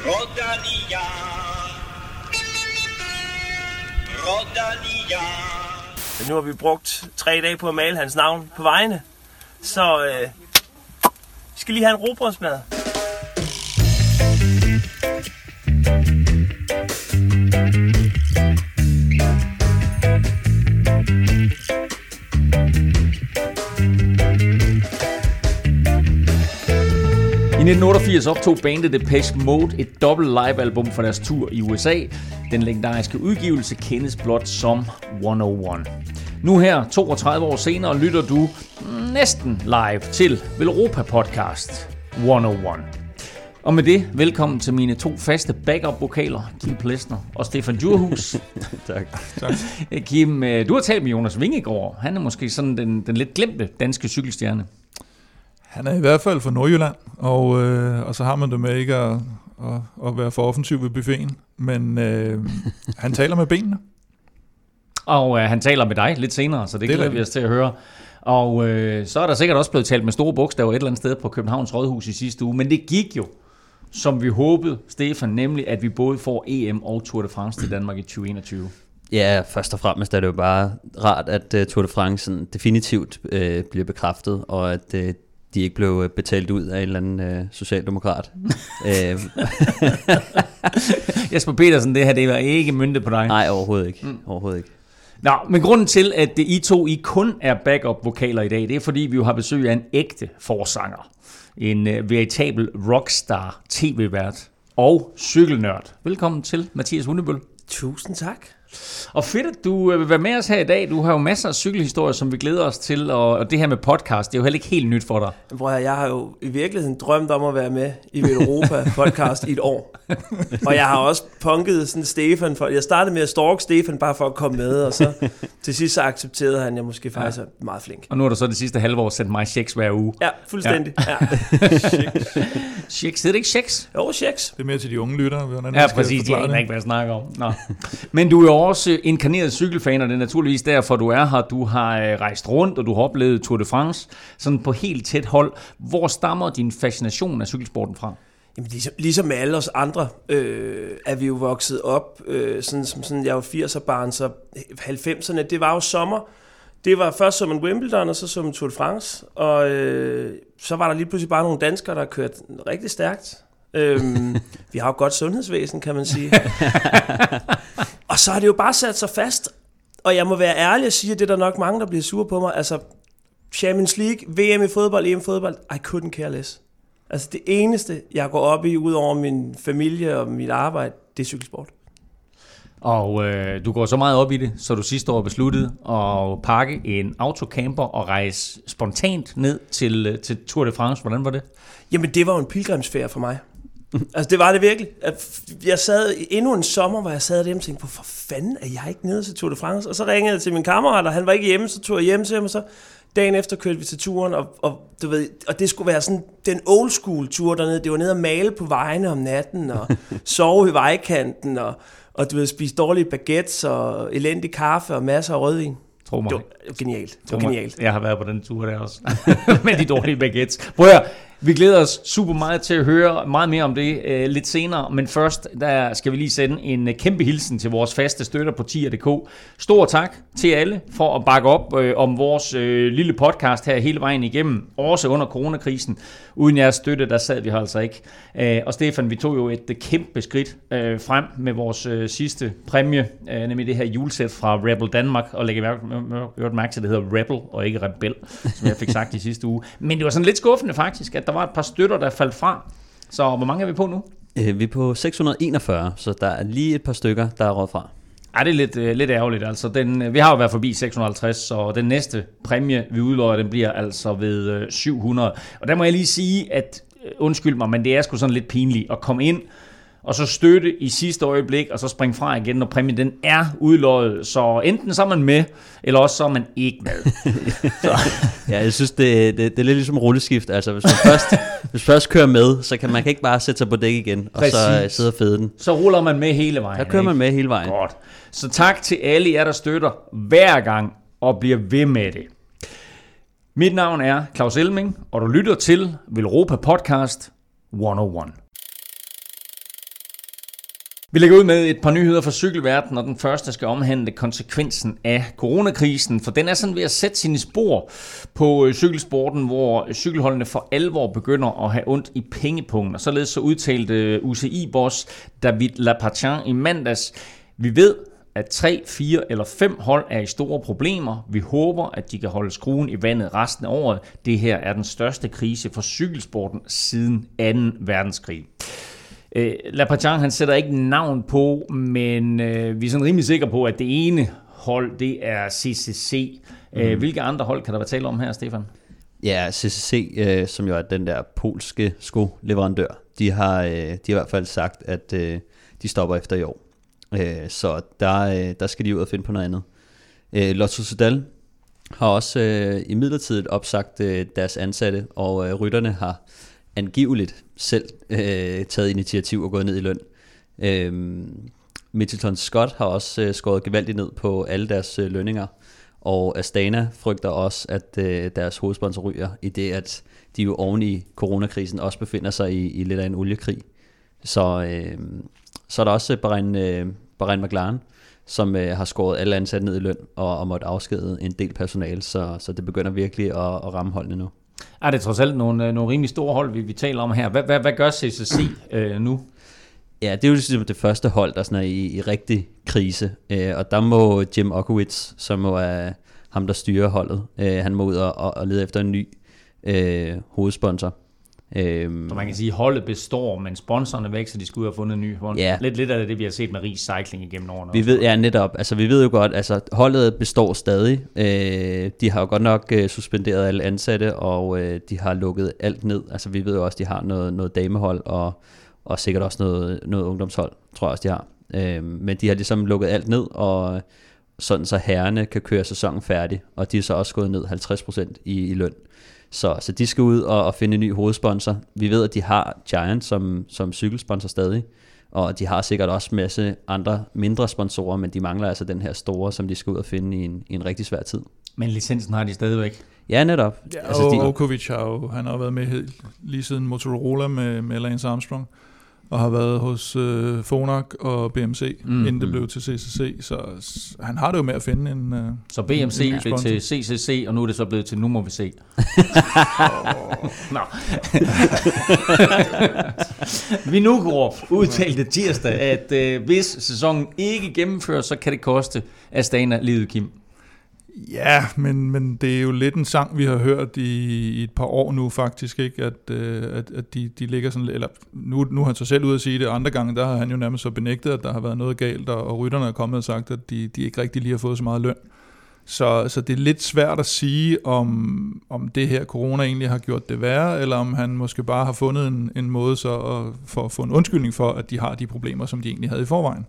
Rodalia. Rodalia. Nu har vi brugt 3 dage på at male hans navn på vejene, så vi skal lige have en rugbrødsplade. I 1988 optog bandet Depeche Mode et dobbelt livealbum for deres tur i USA. Den legendariske udgivelse kendes blot som 101. Nu her, 32 år senere, lytter du næsten live til Velropa Podcast 101. Og med det, velkommen til mine 2 faste backup-vokaler, Kim Plesner og Stefan Djurhus. Tak. Kim, du har talt med Jonas Vingegaard. Han er måske sådan den lidt glemte danske cykelstjerne. Han er i hvert fald fra Nordjylland, og så har man det med ikke at være for offensiv ved buffeten, men han taler med benene. Og han taler med dig lidt senere, så det glæder vi os til at høre. Og så er der sikkert også blevet talt med store bogstaver et eller andet sted på Københavns Rådhus i sidste uge, men det gik jo, som vi håbede, Stefan, nemlig at vi både får EM og Tour de France til Danmark i 2021. Ja, først og fremmest er det jo bare rart, at Tour de France definitivt bliver bekræftet, og at de ikke blev betalt ud af en eller anden socialdemokrat. Jesper Petersen, det her, det var ikke møntet på dig. Nej, overhovedet ikke. Overhovedet ikke. Nå, men grunden til, at I to kun er backup-vokaler i dag, det er, fordi vi jo har besøg af en ægte forsanger. En veritabel rockstar, tv-vært og cykelnørd. Velkommen til, Mathias Hundebøl. Tusind tak. Og fedt, at du vil være med os her i dag. Du har jo masser af cykelhistorier, som vi glæder os til, og det her med podcast, det er jo heller ikke helt nyt for dig. Bror, jeg har jo i virkeligheden drømt om at være med i Velropa Podcast i et år. Og jeg har også punket sådan Stefan, jeg startede med at stalke Stefan bare for at komme med, og så til sidst så accepterede han, jeg måske faktisk er meget flink. Og nu har du så det sidste halve år sendt mig checks hver uge. Ja, fuldstændig. Ja. Checks, hedder det ikke checks? Jo, checks. Det er mere til de unge lyttere. Ja, præcis, de aner ikke, hvad jeg snakker om. Nå. Men du er jo også inkarneret cykelfan, og det er naturligvis derfor, du er her. Du har rejst rundt, og du har oplevet Tour de France, sådan på helt tæt hold. Hvor stammer din fascination af cykelsporten fra? Jamen, ligesom med alle os andre, er vi jo vokset op, sådan jeg var 80'er-barn, så 90'erne, det var jo sommer. Det var først som en Wimbledon, og så som en Tour de France, og så var der lige pludselig bare nogle danskere, der kørte rigtig stærkt. Vi har jo godt sundhedsvæsen, kan man sige. Og så har det jo bare sat sig fast, og jeg må være ærlig og sige, at det er der nok mange, der bliver sure på mig. Altså, Champions League, VM i fodbold, EM i fodbold, I couldn't care less. Altså, det eneste, jeg går op i, ud over min familie og mit arbejde, det er cykelsport. Og du går så meget op i det, så du sidste år besluttede at pakke en autocamper og rejse spontant ned til Tour de France. Hvordan var det? Jamen, det var jo en pilgrimsfærd for mig. Altså, det var det virkelig. Jeg sad endnu en sommer, hvor jeg sad der og tænkte, hvorfor fanden er jeg ikke nede til Tour de France? Og så ringede jeg til min kammerat, og han var ikke hjemme, så tog jeg hjem til ham, og så dagen efter kørte vi til turen, og du ved, og det skulle være sådan den old school tur dernede. Det var nede at male på vejene om natten, og sove i vejkanten, og du ved, spise dårlige baguettes, og elendig kaffe, og masser af rødvin. Tror mig. Det var genialt. Det var genialt. Jeg har været på den tur der også. Med de dårlige baguettes. Prøv at vi glæder os super meget til at høre meget mere om det lidt senere, men først der skal vi lige sende en kæmpe hilsen til vores faste støtter på tier.dk. Stor tak til alle for at bakke op om vores lille podcast her hele vejen igennem, også under coronakrisen. Uden jeres støtte, der sad vi her altså ikke. Og Stefan, vi tog jo et kæmpe skridt frem med vores sidste præmie, nemlig det her julesæt fra Rebel Danmark, og lægge mærke til, at det hedder Rebel og ikke Rebel, som jeg fik sagt i sidste uge. Men det var sådan lidt skuffende faktisk, at der var et par støtter, der faldt fra. Så hvor mange er vi på nu? Vi er på 641, så der er lige et par stykker, der er råd fra. Ja, det er lidt ærgerligt. Altså, vi har jo været forbi 650, så den næste præmie, vi udløjer, den bliver altså ved 700. Og der må jeg lige sige, at undskyld mig, men det er sgu sådan lidt pinligt at komme ind og så støtte i sidste øjeblik, og så springe fra igen, når præmien den er udløjet. Så enten så er man med, eller også så er man ikke med. Ja, jeg synes, det er lidt ligesom rulleskift. Altså, hvis man først kører med, så kan man ikke bare sætte sig på dæk igen, og så sidde og fede den. Så ruller man med hele vejen. Så kører man med hele vejen. Godt. Så tak til alle jer, der støtter hver gang, og bliver ved med det. Mit navn er Claus Elming, og du lytter til Velropa Podcast 101. Vi lægger ud med et par nyheder fra cykelverdenen, og den første skal omhandle konsekvensen af coronakrisen, for den er sådan ved at sætte sine spor på cykelsporten, hvor cykelholdene for alvor begynder at have ondt i pengepungen. Og således så udtalte UCI-boss David Lappartient i mandags: vi ved, at 3, 4 eller 5 hold er i store problemer. Vi håber, at de kan holde skruen i vandet resten af året. Det her er den største krise for cykelsporten siden 2. verdenskrig. Lappartient, han sætter ikke navn på, men vi er sådan rimelig sikre på, at det ene hold, det er CCC. Hvilke andre hold kan der være tale om her, Stefan? Ja, CCC, som jo er den der polske skoleverandør, de har i hvert fald sagt, at de stopper efter i år. Så der skal de ud og finde på noget andet. Lotto Soudal har også imidlertid opsagt deres ansatte, og rytterne har angiveligt selv taget initiativ og gået ned i løn. Mitchelton Scott har også skåret gevaldigt ned på alle deres lønninger, og Astana frygter også, at deres hovedsponsor ryger, i det at de jo oven i coronakrisen også befinder sig i lidt af en oliekrig. Så er der også Bahrain McLaren, som har skåret alle ansatte ned i løn og måtte afskede en del personale, så det begynder virkelig at ramme holdene nu. Er det trods alt nogle rimelig store hold, vi taler om her? Hvad gør CCC nu? Ja, det er jo ligesom det første hold, der sådan er i rigtig krise, og der må Jim Okowitz, som må er ham, der styrer holdet, han må ud og lede efter en ny hovedsponsor. Så man kan sige, at holdet består, men sponsorerne væk, så de skulle have fundet en ny hold. Ja. Lidt af det, vi har set med Ries Cycling igennem årene. Vi ved jo godt, altså holdet består stadig. De har jo godt nok suspenderet alle ansatte, og de har lukket alt ned. Altså vi ved jo også, de har noget damehold, og sikkert også noget ungdomshold, tror jeg også, de har. Men de har ligesom lukket alt ned, og sådan så herrerne kan køre sæsonen færdig, og de er så også gået ned 50% i løn. Så de skal ud og finde en ny hovedsponsor. Vi ved, at de har Giant som cykelsponsor stadig, og de har sikkert også en masse andre mindre sponsorer, men de mangler altså den her store, som de skal ud og finde i en rigtig svær tid. Men licensen har de stadigvæk. Ja, netop. Ja, altså, Okovic han har været med helt lige siden Motorola med Lance Armstrong, og har været hos Phonak og BMC, inden det blev til CCC, så han har det jo med at finde en så BMC blev til CCC, og nu er det så blevet til Nu må vi se. Nå. Vinogrup udtalte tirsdag, at hvis sæsonen ikke gennemføres, så kan det koste Astana livet, Kim. Ja, men det er jo lidt en sang, vi har hørt i et par år nu faktisk, ikke? At de ligger sådan, eller nu har han så selv ude at sige det, andre gange, der har han jo nærmest så benægtet, at der har været noget galt, og rytterne er kommet og sagt, at de ikke rigtig lige har fået så meget løn. Så det er lidt svært at sige, om det her corona egentlig har gjort det værre, eller om han måske bare har fundet en måde så for at få en undskyldning for, at de har de problemer, som de egentlig havde i forvejen.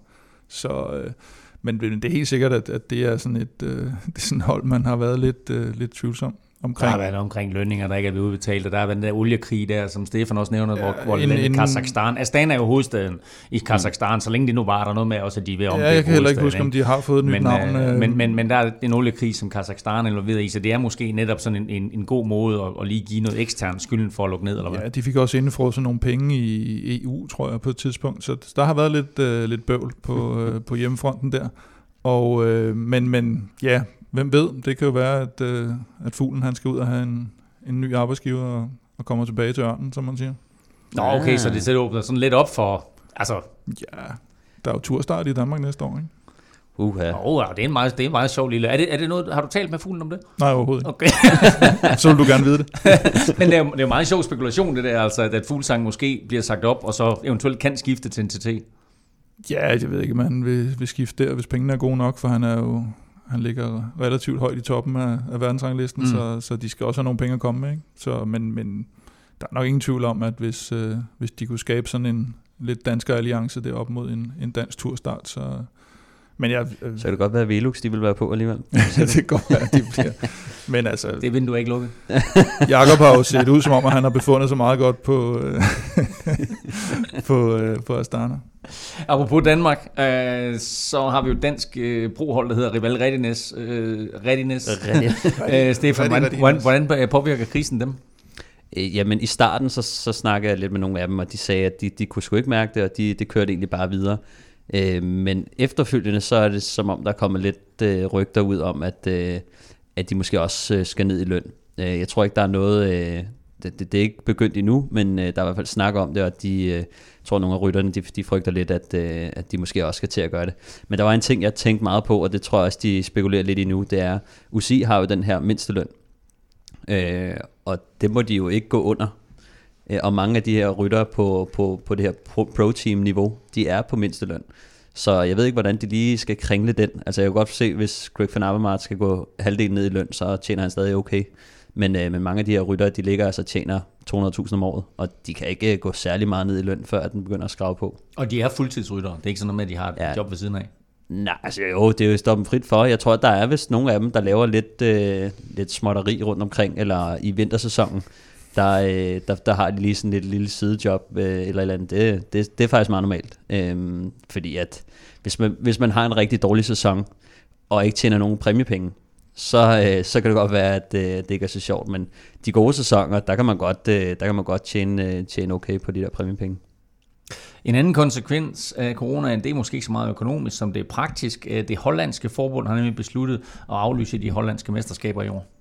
Men det er helt sikkert, at det er sådan det er sådan hold, man har været lidt tvivlsom omkring. Der har været omkring lønninger, der ikke er blevet udbetalt, og der er den der oliekrig der, som Stefan også nævner, hvor det er Kazakhstan. Astana er jo hovedstaden i Kazakhstan, så længe det nu var der noget med også, at de er ved at omdøbe. Ja, jeg kan heller ikke huske, om de har fået et nyt navn. Men der er en oliekrig, som Kazakhstan er involveret i, så det er måske netop sådan en god måde at lige give noget ekstern skylden for at lukke ned, eller hvad? Ja, de fik også indefrosset nogle penge i EU, tror jeg, på et tidspunkt, så der har været lidt bøvl på hjemmefronten der. Og, men ja, hvem ved, det kan jo være, at fuglen han skal ud og have en ny arbejdsgiver og kommer tilbage til ørnen, som man siger. Nå, okay, så det åbner sådan lidt op for, altså... Ja, der er jo turstart i Danmark næste år, ikke? Det er en meget sjov lille... Er det noget, har du talt med fuglen om det? Nej, overhovedet ikke. Okay. Så vil du gerne vide det. Men det er jo meget sjov spekulation, det der, altså, at fuglesang måske bliver sagt op, og så eventuelt kan skifte til NTT. Ja, jeg ved ikke, om han vil skifte der, hvis pengene er gode nok, for han ligger relativt højt i toppen af verdensranglisten, så de skal også have nogle penge at komme med, ikke? Så, men der er nok ingen tvivl om, at hvis de kunne skabe sådan en lidt dansker alliance deroppe mod en dansk turstart, så... Men så kan det godt være, at Velux de vil være på alligevel. Det kan godt være, at de bliver. Men altså... Det vil du ikke lukke. Jakob har jo set ud, som om at han har befundet sig meget godt på Astana. Apropos Danmark, så har vi jo dansk prohold, der hedder Rival Readiness. Stefan, hvordan påvirker krisen dem? Jamen i starten så snakkede jeg lidt med nogle af dem, og de sagde, at de kunne sgu ikke mærke det, og det kørte egentlig bare videre. Men efterfølgende, så er det som om, der kommer lidt rygter ud om, at de måske også skal ned i løn. Jeg tror ikke, der er noget... Det er ikke begyndt endnu, men der er i hvert fald snak om det, og jeg tror, nogle af rytterne, de frygter lidt, at de måske også skal til at gøre det. Men der var en ting, jeg tænkte meget på, og det tror jeg også, de spekulerer lidt i nu, det er, UCI har jo den her mindsteløn, og det må de jo ikke gå under. Og mange af de her ryttere på det her pro-team-niveau, de er på mindsteløn. Så jeg ved ikke, hvordan de lige skal kringle den. Altså jeg kan godt se, hvis Greg van Avermaet skal gå halvdelen ned i løn, så tjener han stadig okay. Men mange af de her ryttere, de ligger altså tjener 200.000 om året, og de kan ikke gå særlig meget ned i løn, før den begynder at skrave på. Og de er fuldtidsryttere. Det er ikke sådan noget med, at de har et job ved siden af. Nej, altså jo, det er jo stoppen frit for. Jeg tror, at der er vist nogle af dem, der laver lidt småtteri rundt omkring, eller i vintersæsonen, der har de lige sådan et lille sidejob, eller andet. Det er faktisk meget normalt. Fordi at hvis man har en rigtig dårlig sæson, og ikke tjener nogen præmiepenge, så kan det godt være, at det ikke er så sjovt, men de gode sæsoner, der kan man godt tjene okay på de der præmiepenge. En anden konsekvens af coronaen, det er måske ikke så meget økonomisk, som det er praktisk. Det hollandske forbund har nemlig besluttet at aflyse de hollandske mesterskaber i år.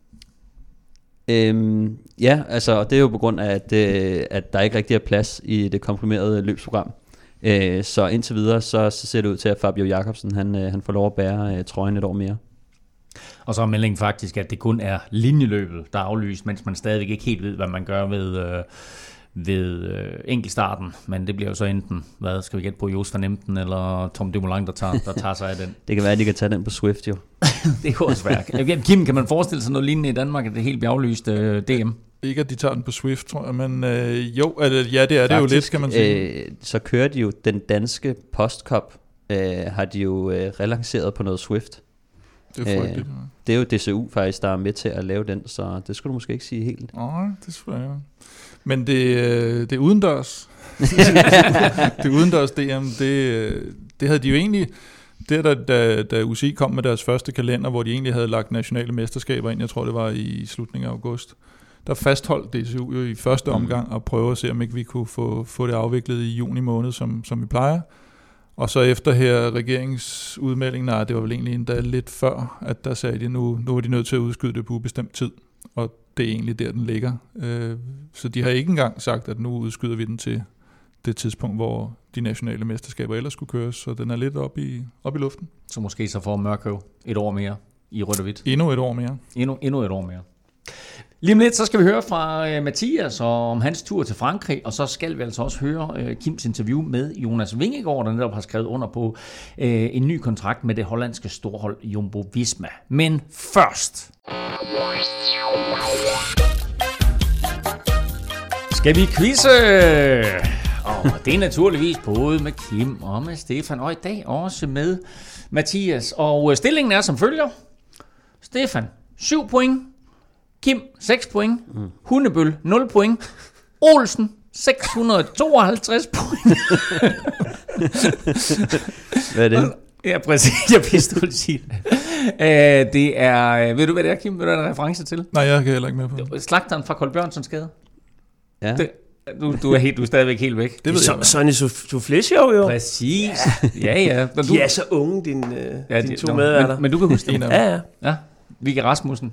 Ja, altså det er jo på grund af, at der ikke rigtig er plads i det komprimerede løbsprogram. Så indtil videre, så ser det ud til, at Fabio Jakobsen han får lov at bære trøjen et år mere. Og så er meldingen faktisk, at det kun er linjeløbet, der er aflyst, mens man stadigvæk ikke helt ved, hvad man gør ved enkeltstarten. Men det bliver jo så enten, hvad skal vi gætte på, Jos van Emden eller Tom Dumoulin, der tager sig af den. Det kan være, at de kan tage den på Swift jo. Det er jo også svært. Kim, kan man forestille sig noget lignende i Danmark, at det helt bliver aflyst DM? Ikke, at de tager den på Swift, tror jeg, men jo, ja, det er faktisk, det jo lidt, kan man sige. Så kører de jo den danske Postcup, har de jo relanceret på noget Swift. Det er frygteligt. Det er jo DCU faktisk, der er med til at lave den, så det skulle du måske ikke sige helt. Nej, det skulle jeg. Men det er udendørs. Det udendørs DM, det havde de jo egentlig... Da UCI kom med deres første kalender, hvor de egentlig havde lagt nationale mesterskaber ind, jeg tror det var i slutningen af august, der fastholdt DCU jo i første omgang og prøve at se, om ikke vi kunne få det afviklet i juni måned, som vi plejer. Og så efter her regeringsudmeldingen, det var vel egentlig endda lidt før, at der sagde de, nu er de nødt til at udskyde det på ubestemt tid. Og det er egentlig der, den ligger. Så de har ikke engang sagt, at nu udskyder vi den til det tidspunkt, hvor de nationale mesterskaber ellers skulle køres. Så den er lidt op i luften. Så måske så får Mørkøv et år mere i rødt og hvidt. Endnu et år mere. Endnu et år mere. Lige om lidt, så skal vi høre fra Mathias om hans tur til Frankrig, og så skal vi altså også høre Kims interview med Jonas Vingegaard, der netop har skrevet under på en ny kontrakt med det hollandske storhold Jumbo Visma. Men først skal vi quizze, og det er naturligvis både med Kim og med Stefan, og i dag også med Mathias. Og stillingen er som følger. Stefan, 7 point. Kim, 6 point. Hundebøl, 0 point. Olsen, 652 point. Hvad er det? Ja, præcis. Jeg vidste, du ville sige det. Det er... Ved du, hvad det er, Kim? Ved du, hvad der er reference til? Nej, jeg kan heller ikke med på det. Slagteren fra Kolbjørnsons Gade. Ja. Du er stadigvæk helt væk. Det ved jeg. Sonny Soufflé Show, jo. Præcis. Ja. De er så unge, dine to medværter. Men du kan huske det. Ja. Vigga Rasmussen.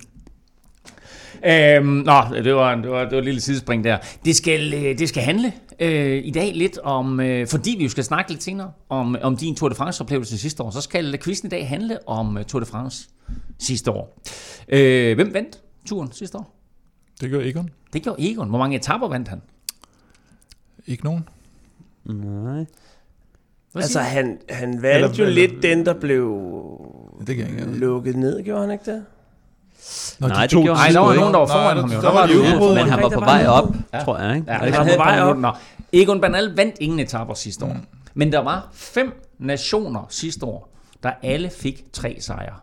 Det var et lille sidespring der. Det skal handle i dag lidt om, fordi vi jo skal snakke lidt senere om din Tour de France oplevelse sidste år, så skal quizzen i dag handle om Tour de France sidste år. Hvem vandt turen sidste år? Det gjorde Egon. Det gjorde Egon. Hvor mange etaper vandt han? Ikke nogen. Nej. Altså han valgte jo lidt den, der blev lukket ned, gjorde han ikke det? Nej, det gjorde han. Der var nogen, der var foran ham. Men han var på vej op, tror jeg. Ikke? Ja, han var på vej op. Egon Bernal vandt ingen etaper sidste år. Men der var 5 nationer sidste år, der alle fik 3 sejre.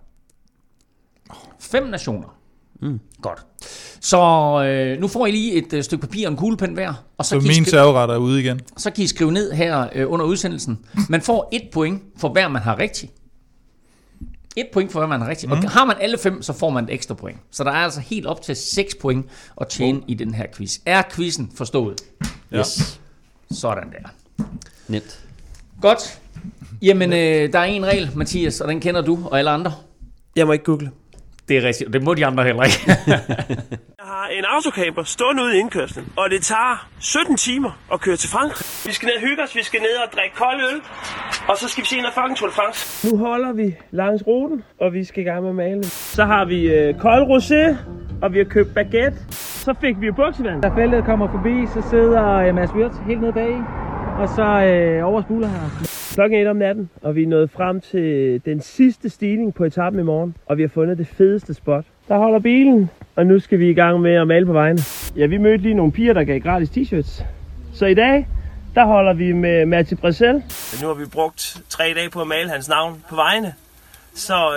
5 nationer. Godt. Så nu får I lige et stykke papir og en kuglepen hver. Og så min serveret er ude igen. Så kan I skrive ned her under udsendelsen. Man får 1 point for hver man har rigtigt. 1 point for hver man har rigtigt. Og har man alle 5, så får man et ekstra point. Så der er altså helt op til 6 point at tjene i den her quiz. Er quizzen forstået? Yes. Sådan der. Nemt. Godt. Jamen, der er en regel, Mathias, og den kender du og alle andre. Jeg må ikke google. Det er rigtigt, det må de andre heller ikke. Jeg har en autocamper stående ude i indkørslen, og det tager 17 timer at køre til Frankrig. Vi skal ned og hygge os, vi skal ned og drikke kold øl, og så skal vi se en af fucking Tour de France. Nu holder vi langs ruten, og vi skal i gang med malen. Så har vi kold rosé, og vi har købt baguette. Så fik vi buksevand. Da feltet kommer forbi, så sidder Mads Wirtz helt nede bag, og så over spuler her. Klokken 1 om natten, og vi er nået frem til den sidste stigning på etappen i morgen. Og vi har fundet det fedeste spot. Der holder bilen, og nu skal vi i gang med at male på vejene. Ja, vi mødte lige nogle piger, der gav gratis t-shirts. Så i dag, der holder vi med Mathieu Bressel. Nu har vi brugt 3 dage på at male hans navn på vejene. Så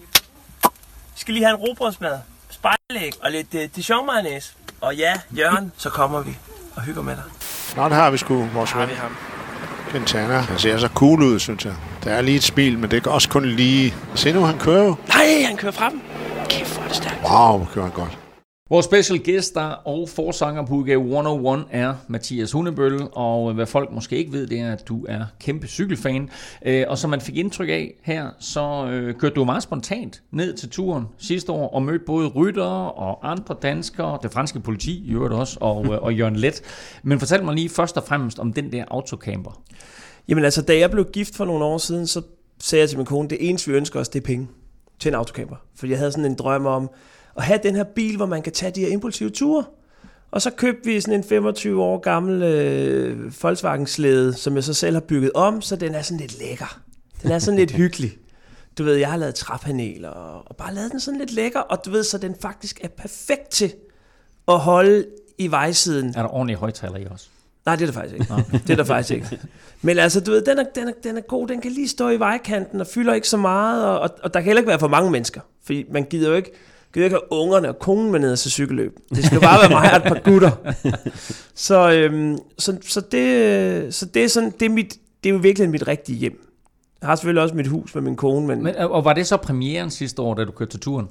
vi skal lige have en rugbrødsmad, spejlæg og lidt Dijon mayonnaise. Og ja, Jørgen, så kommer vi og hygger med dig. Nå, det har vi sgu, vores ven. Quintana. Han ser så cool ud, synes jeg. Der er lige et smil, men det er også kun lige... Se nu, han kører jo. Nej, han kører frem. Kæft, hvor er det stærkt. Wow, kører han godt. Vores special gæster og forsanger på udgave 101 er Mathias Hundebølle, og hvad folk måske ikke ved, det er, at du er kæmpe cykelfan. Og som man fik indtryk af her, så kørte du meget spontant ned til turen sidste år og mødte både ryttere og andre danskere, det franske politi i øvrigt også, og Jørgen Leth. Men fortæl mig lige først og fremmest om den der autocamper. Jamen altså, da jeg blev gift for nogle år siden, så sagde jeg til min kone, det eneste vi ønsker os, det er penge til en autocamper. Fordi jeg havde sådan en drøm om at have den her bil, hvor man kan tage de her impulsive ture. Og så købte vi sådan en 25 år gammel Volkswagen-slæde, som jeg så selv har bygget om, så den er sådan lidt lækker. Den er sådan lidt hyggelig. Du ved, jeg har lavet træpaneler og bare lavet den sådan lidt lækker, og du ved, så den faktisk er perfekt til at holde i vejsiden. Er der ordentlige højttaler i også? Nej, det er der faktisk ikke. Det er der faktisk ikke. Men altså, du ved, den er god, den kan lige stå i vejkanten og fylder ikke så meget, og der kan heller ikke være for mange mennesker, fordi man gider jo ikke have ungerne og konen med ned og så cykelløb. Det skal bare være mig og et par gutter. Så det er sådan, det er jo virkelig mit rigtige hjem. Jeg har selvfølgelig også mit hus med min kone. Men og var det så premieren sidste år, da du kørte til turen?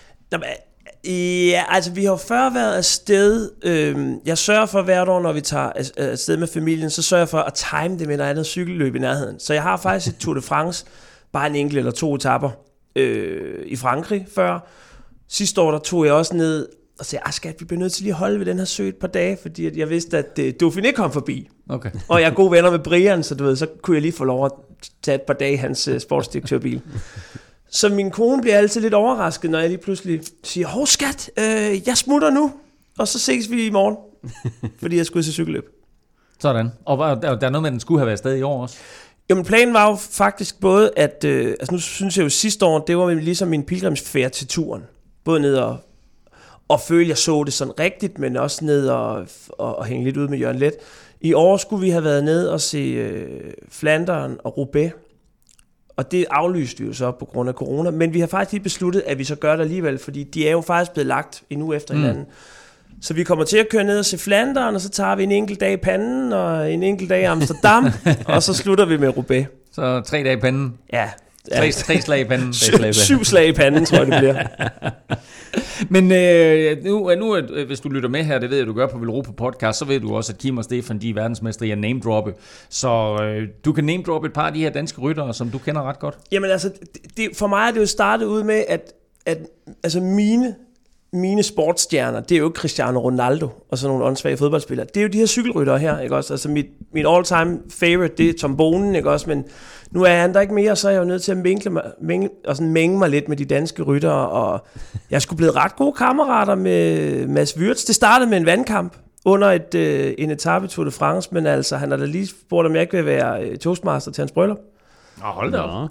Ja, altså vi har jo før været afsted. Jeg sørger for hvert år, når vi tager afsted med familien, så sørger jeg for at time det med, der er noget cykelløb i nærheden. Så jeg har faktisk et Tour de France, bare en enkelt eller 2 etaper i Frankrig før. Sidste år, der tog jeg også ned og sagde, skat, vi bliver nødt til lige at holde ved den her sø et par dage, fordi at jeg vidste, at Dauphiné kom forbi. Okay. Og jeg er gode venner med Brian, så du ved, så kunne jeg lige få lov at tage et par dage i hans sportsdirektørbil. Så min kone bliver altid lidt overrasket, når jeg lige pludselig siger, hov skat, jeg smutter nu, og så ses vi i morgen, fordi jeg skulle til cykelløb. Sådan. Og der er noget med, at den skulle have været afsted i år også? Jamen planen var jo faktisk både, at altså nu synes jeg jo sidste år, det var ligesom min pilgrimsfærd til turen. Både ned og føle, jeg så det sådan rigtigt, men også ned og hænge lidt ud med Jørgen Leth. I år skulle vi have været ned og se Flandern og Roubaix. Og det aflyste vi jo så på grund af corona. Men vi har faktisk lige besluttet, at vi så gør det alligevel, fordi de er jo faktisk blevet lagt en uge efter hinanden. Så vi kommer til at køre ned og se Flandern, og så tager vi en enkelt dag i Panden, og en enkelt dag i Amsterdam, og så slutter vi med Roubaix. Så 3 dage i Panden? Ja. 3 slag i Panden? 7 slag i Panden, tror jeg det bliver. Men nu, hvis du lytter med her, det ved jeg, du gør på Velropa Podcast, så ved du også, at Kim og Stefan, de er verdensmestre i at name-droppe. Så du kan name-droppe et par af de her danske ryttere, som du kender ret godt. Jamen altså, for mig er det jo startet ud med, at altså mine sportsstjerner, det er jo ikke Cristiano Ronaldo og sådan nogle åndssvage fodboldspillere. Det er jo de her cykelryttere her, ikke også? Altså mit all-time favorite, det er Tom Bonen, ikke også? Men nu er han der ikke mere, så er jeg jo nødt til at mænge mig lidt med de danske ryttere, og jeg er sgu blevet ret gode kammerater med Mads Wirtz. Det startede med en vandkamp under en etape i Tour de France, men altså, han har da lige spurgt, om jeg ikke vil være toastmaster til hans bryllup. Hold da op.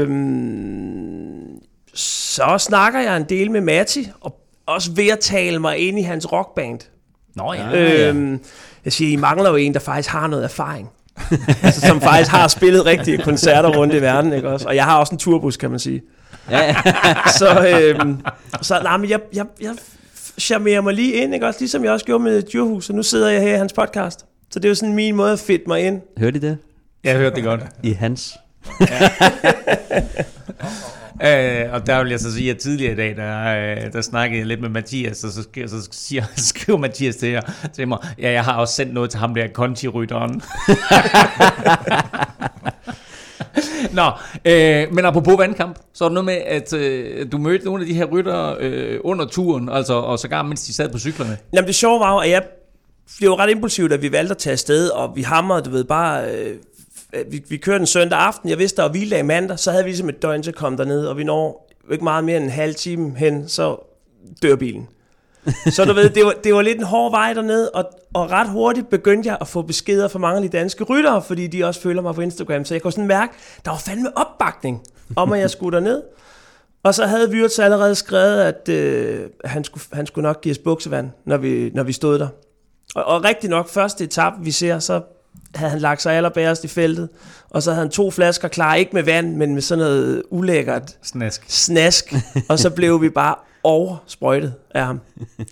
Så snakker jeg en del med Matti, og også ved at tale mig ind i hans rockband. Nå ja. Jeg siger, I mangler jo en, der faktisk har noget erfaring. Altså, som faktisk har spillet rigtige koncerter rundt i verden, ikke også? Og jeg har også en turbus, kan man sige. Ja. Så nej, men jeg charmerer mig lige ind, ikke også? Ligesom jeg også gjorde med Djurhus, og nu sidder jeg her i hans podcast. Så det er jo sådan min måde at fedte mig ind. Hørte I det? Jeg hørte det godt. I hans. Og der vil jeg så sige, at tidligere i dag, der snakkede jeg lidt med Mathias, og så skriver Mathias til mig, ja, jeg har også sendt noget til ham der Conti-rytteren. Men apropos vandkamp, så er det noget med, at du mødte nogle af de her ryttere under turen, altså, og sågar mens de sad på cyklerne. Jamen det sjove var jo, at jeg blev ret impulsivt, at vi valgte at tage afsted, og vi hamrede, du ved, bare... Vi kørte en søndag aften, jeg vidste, der var hviledag mandag, så havde vi ligesom et døgn til at komme derned, og vi når ikke meget mere end en halv time hen, så dør bilen. Så du ved, det var lidt en hård vej dernede, og ret hurtigt begyndte jeg at få beskeder fra mange af de danske ryttere, fordi de også følger mig på Instagram, så jeg kunne sådan mærke, der var fandme opbakning om, at jeg skulle derned. Og så havde Wirtz allerede skrevet, at han skulle nok give os buksevand, når vi stod der. Og rigtig nok, første etape, vi ser, så havde han lagt sig allerbærest i feltet, og så havde han 2 flasker klar, ikke med vand, men med sådan noget ulækkert snask. Og så blev vi bare oversprøjtet af ham.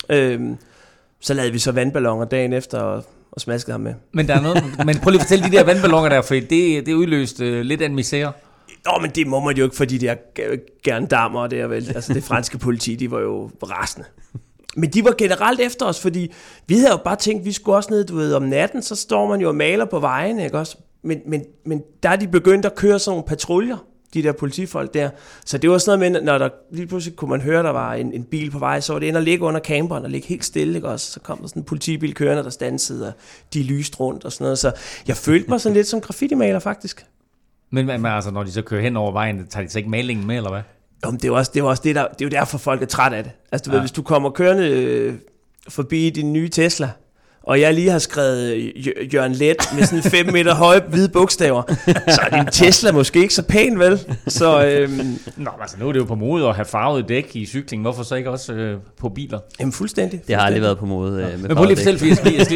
Så lavede vi så vandballoner dagen efter og smaskede ham med. Men der er noget, men prøv lige at fortælle de der vandballoner der, for det udløste lidt af en misære. Men det må man jo ikke, fordi de der gendarmer der, vel. Altså det franske politi, de var jo rasende. Men de var generelt efter os, fordi vi havde jo bare tænkt, vi skulle også ned, du ved, om natten, så står man jo og maler på vejene, ikke også? Men der er de begyndt at køre sådan nogle patruljer, de der politifolk der. Så det var sådan noget med, når der lige pludselig kunne man høre, der var en bil på vej, så var det inde og ligge under camperen og ligge helt stille, ikke også? Så kom der sådan en politibil kørende, der standsede, og de lyste rundt og sådan noget. Så jeg følte mig sådan lidt som graffiti-maler, faktisk. Men altså, når de så kører hen over vejen, tager de så ikke malingen med, eller hvad? Det er også det, det er jo derfor, folk er træt af det. Altså, du ved, hvis du kommer kørende forbi din nye Tesla, og jeg lige har skrevet Jørgen Let med sådan 5 meter høje hvide bogstaver, så er din Tesla måske ikke så pæn, vel? Så, altså nu er det jo på mode at have farvet dæk i cykling. Hvorfor så ikke også på biler? Jamen fuldstændig. Det har aldrig været på mode med men prøv lige at fortælle,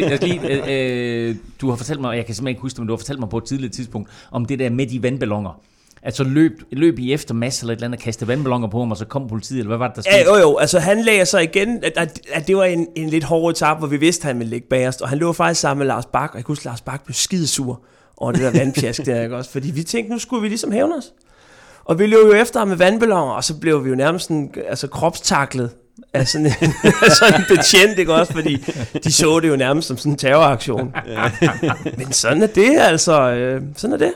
for du har fortalt mig, og jeg kan simpelthen ikke huske det, men du har fortalt mig på et tidligt tidspunkt, om det der med de vandballoner. Altså løb i efter Mads eller et eller andet, kaste vandballoner på ham, og så kom politiet, eller hvad var det, der skete? Ja, jo, altså han lagde sig igen, at det var en lidt hård etape, hvor vi vidste, at han ville ligge bagerst, og han lå faktisk sammen med Lars Bak, og jeg kunne huske, Lars Bak blev skidesur over det der vandpjask der, ikke også? Fordi vi tænkte, nu skulle vi ligesom hævne os. Og vi løb jo efter ham med vandballoner, og så blev vi jo nærmest sådan, altså kropstaklet af sådan en betjent, ikke også? Fordi de så det jo nærmest som sådan en terroraktion. Men sådan er det, altså. Sådan er det.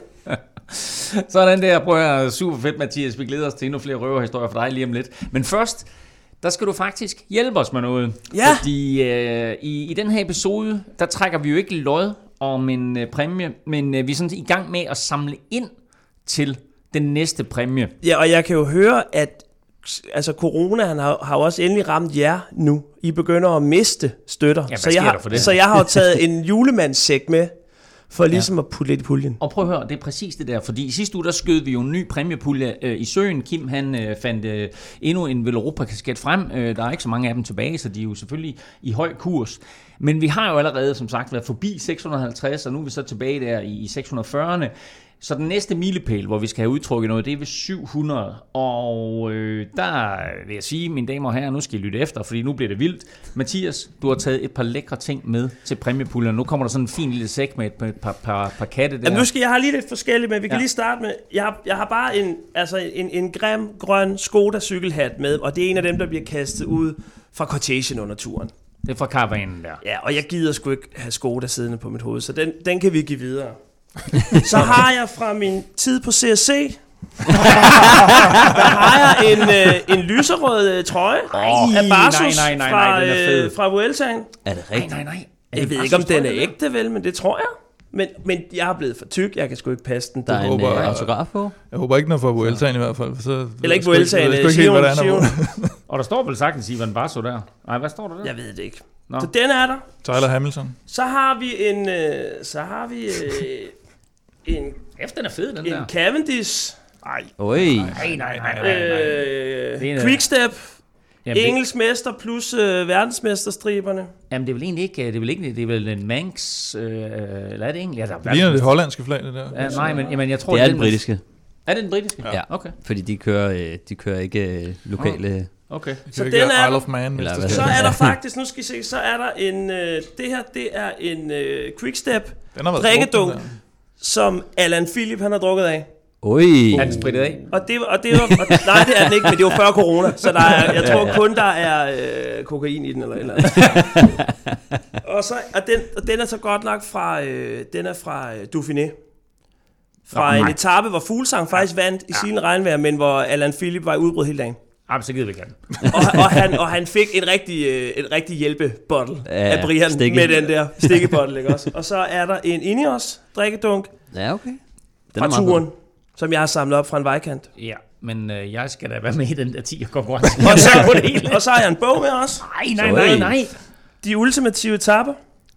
Sådan der, prøv at høre, super fedt, Mathias. Vi glæder os til endnu flere røverhistorier for dig lige om lidt. Men først, der skal du faktisk hjælpe os med noget. Ja. Fordi i den her episode, der trækker vi jo ikke lod om en præmie, men vi er sådan i gang med at samle ind til den næste præmie. Ja, og jeg kan jo høre, at altså corona har jo også endelig ramt jer nu. I begynder at miste støtter. Ja, så jeg har jo taget en julemandssæk med, for ligesom at putte lidt i puljen. Og prøv at høre, det er præcis det der, fordi i sidste uge, der skød vi jo en ny præmiepulje i søen. Kim, han fandt endnu en Veloropa-kasket frem. Der er ikke så mange af dem tilbage, så de er jo selvfølgelig i høj kurs. Men vi har jo allerede, som sagt, været forbi 650, og nu er vi så tilbage der i 640'erne. Så den næste milepæl, hvor vi skal have udtrykket noget, det er ved 700. Og der vil jeg sige, mine damer og herrer, nu skal I lytte efter, fordi nu bliver det vildt. Mathias, du har taget et par lækre ting med til præmiepuljen. Nu kommer der sådan en fin lille sæk med et par katte der. Jamen, nu skal jeg have lige lidt forskelligt, men vi kan lige starte med, jeg har bare en grim grøn Skoda cykelhat med, og det er en af dem, der bliver kastet ud fra Cortègen under turen. Det er fra karavanen der. Ja, og jeg gider sgu ikke have Skoda siddende på mit hoved, så den kan vi give videre. Så har jeg fra min tid på CSC, der har jeg en lyserød trøje af Barsos fra Vueltaen. Er det rigtigt? Nej. Jeg ved ikke, om den er ægte, vel, men det tror jeg. Men jeg er blevet for tyk, jeg kan sgu ikke passe den. Der er en autograf på. Jeg håber ikke noget for Vueltaen i hvert fald. Så eller ikke Vueltaen, Sion. Og der står vel sagtens Ivan Barso der. Nej, hvad står der der? Jeg ved det ikke. Nå. Så den er der. Tyler Hamilton. Så har vi en Den er fed, den der. Cavendish. Nej. Quickstep. Engelsk mester plus verdensmesterstriberne. Jamen det er vel egentlig ikke, det er vel en Manx, eller er det egentlig? Ja, det ligner det hollandske flag, det der. Ja, nej, men jeg tror... Det er den britiske. Er det den britiske? Ja, okay. Fordi de kører ikke lokale... Okay. Så den er Isle of Man. Så er der faktisk, nu skal I se, så er der en, det her, det er en Quickstep drikkedunk, som Alan Philip, han har drukket af. Er den sprittet af? Og nej, det er den ikke, men det er jo før corona, så der er, jeg tror kun, der er kokain i den, eller et eller andet. Og den er så godt nok fra, den er fra Dauphiné. fra en etape, hvor Fuglsang faktisk vandt i sine regnvejr, men hvor Alain Philippe var i udbrud hele dagen. Jamen, så gider vi gerne. og han fik en rigtig hjælpebottle af Brian med den der stikkebottle, ikke også? Og så er der en Ineos drikkedunk fra turen, som jeg har samlet op fra en vejkant. Ja, men jeg skal da være med i den der 10 konkurrence. og så har jeg en bog med også. Nej. De ultimative etaper.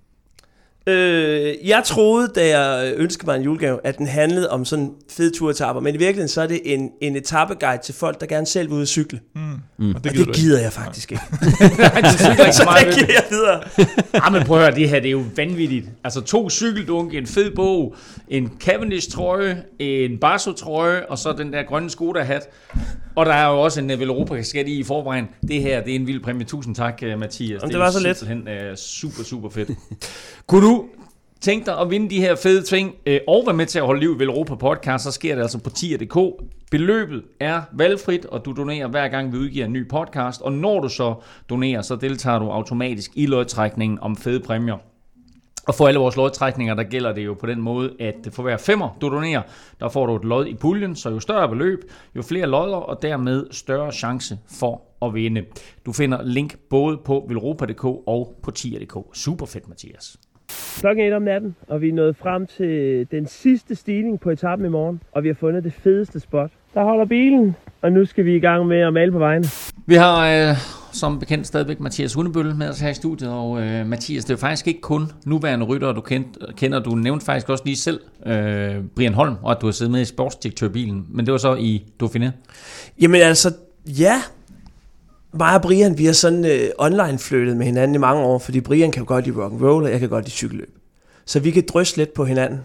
Jeg troede, da jeg ønskede mig en julegave, at den handlede om sådan fede turetapper, men i virkeligheden så er det en etapeguide til folk, der gerne selv vil ud at cykle. Og det gider jeg faktisk ikke. Så det giver jeg videre. Men prøv at høre, det her det er jo vanvittigt. Altså 2 cykeldunke, en fed bog, en Cavendish-trøje, en Barso-trøje, og så den der grønne Skoda-hat. Og der er jo også en Veloropa-kasket i forvejen. Det her, det er en vild præmie. Tusind tak, Mathias. Det var så let. Det er super, super fedt. Kunne du tænke dig at vinde de her fede ting, og være med til at holde liv i Veloropa podcast, så sker det altså på tier.dk. Beløbet er valgfrit, og du donerer hver gang vi udgiver en ny podcast. Og når du så donerer, så deltager du automatisk i lodtrækningen om fede præmier. Og for alle vores lodtrækninger, der gælder det jo på den måde, at for hver 5'er du donerer, der får du et lod i puljen, så jo større beløb, jo flere lodder, og dermed større chance for at vinde. Du finder link både på veloropa.dk og på tier.dk. Super fedt, Mathias. Klokken 1 om natten, og vi er nået frem til den sidste stigning på etappen i morgen, og vi har fundet det fedeste spot. Der holder bilen, og nu skal vi i gang med at male på vejene. Vi har som bekendt stadigvæk Mathias Hundebølle med os her i studiet, og Mathias, det er jo faktisk ikke kun nuværende ryttere, du kender. Du nævnte faktisk også lige selv Brian Holm, og at du har siddet med i sportsdirektørbilen, men det var så i Dauphiné. Jamen altså, ja. Mig og Brian, vi har sådan online flyttet med hinanden i mange år, fordi Brian kan jo godt lide rock'n'roll, og jeg kan godt lide cykelløb. Så vi kan drysse lidt på hinanden.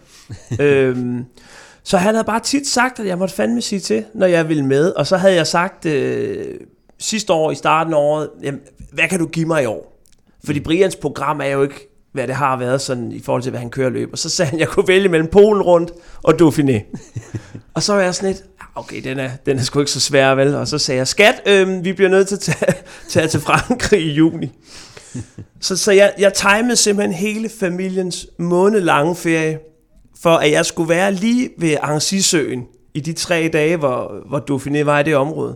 Så han havde bare tit sagt, at jeg måtte fandme sige til, når jeg ville med. Og så havde jeg sagt sidste år, i starten af året, jamen, hvad kan du give mig i år? Fordi Brians program er jo ikke, hvad det har været sådan, i forhold til, hvad han kører løb. Og så sagde han, at jeg kunne vælge mellem Polen rundt og Dauphiné. Og så var jeg sådan lidt, okay, den er sgu ikke så svær, vel? Og så sagde jeg, skat, vi bliver nødt til at tage til Frankrig i juni. Så jeg timede simpelthen hele familiens månedlange ferie, for at jeg skulle være lige ved Annecy-søen i de 3 dage, hvor Dauphiné var i det område.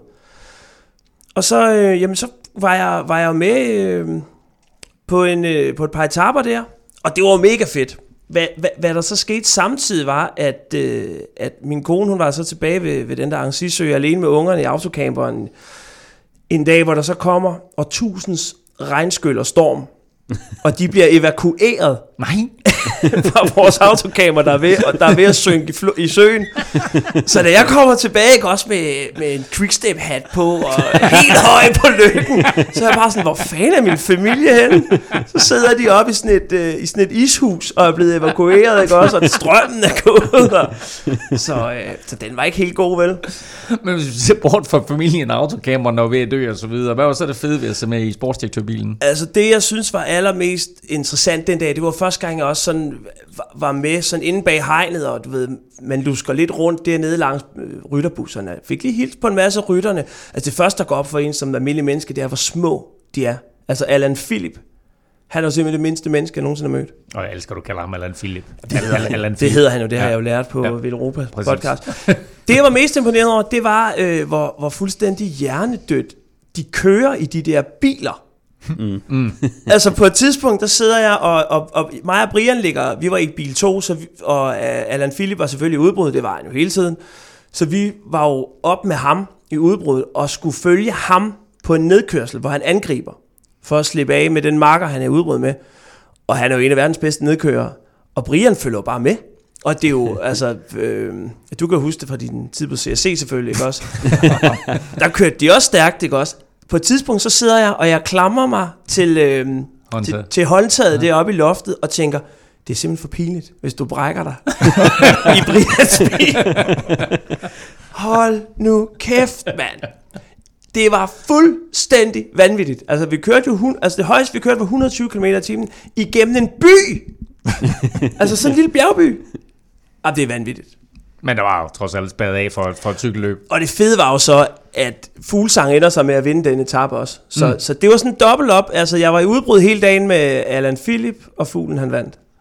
Og så, så var jeg med på et par etaper der, og det var mega fedt. Hvad der så skete samtidig var, at min kone, hun var så tilbage ved den der Annecy-sø, alene med ungerne i autocamperen, en dag, hvor der så kommer årtusindens regnskyld og storm, og de bliver evakueret fra vores autocamper, der er ved at synke i søen. Så da jeg kommer tilbage, ikke, også med en quickstep-hat på, og helt høj på lykken, så er jeg bare sådan, hvor fanden er min familie henne? Så sidder de oppe i sådan et ishus, og er blevet evakueret, ikke også, og strømmen er gået. Så den var ikke helt god, vel? Men hvis vi ser bort fra familien og autocamperen, og ved at dø og så videre, hvad var så det fede ved at se med i sportsdirektørbilen? Altså det, jeg synes var allermest interessant den dag, det var første gang, jeg også sådan var med sådan inde bag hegnet, og du ved, man lusker lidt rundt dernede langs rytterbusserne. Jeg fik lige hils på en masse rytterne. Altså det første, der går op for en som almindelig menneske, det er, hvor små de er. Altså Alain Philippe, han er jo simpelthen det mindste menneske, jeg nogensinde har mødt. Og jeg elsker, du kalder ham Alain Philippe. Det hedder han jo, det har jeg jo lært på Veloropa podcast. Det, jeg var mest imponeret over, det var, hvor fuldstændig hjernedødt de kører i de der biler. Altså på et tidspunkt, der sidder jeg, og mig og Brian ligger, vi var i bil 2, og Alain Philippe var selvfølgelig i udbrud, det var han jo hele tiden. Så vi var jo op med ham i udbrud, og skulle følge ham på en nedkørsel, hvor han angriber, for at slippe af med den marker, han er i udbrud med. Og han er jo en af verdens bedste nedkører, og Brian følger jo bare med. Og det er jo, altså, du kan huske det fra din tid på CRC selvfølgelig, ikke også? Der kørte de også stærkt, ikke også? På et tidspunkt, så sidder jeg, og jeg klamrer mig til håndtaget deroppe i loftet, og tænker, det er simpelthen for pinligt, hvis du brækker dig i Brians bil. Hold nu kæft, mand. Det var fuldstændig vanvittigt. Altså, vi kørte jo, det højeste, vi kørte var 120 km/t igennem en by. Altså, sådan en lille bjergby. Og det er vanvittigt. Men der var jo trods alt spadet af for et cykelløb. Og det fede var jo så, at Fuglsang ender sig med at vinde den etape også. Så det var sådan en dobbelt op. Altså, jeg var i udbrud hele dagen med Alain Philippe, og Fuglen han vandt.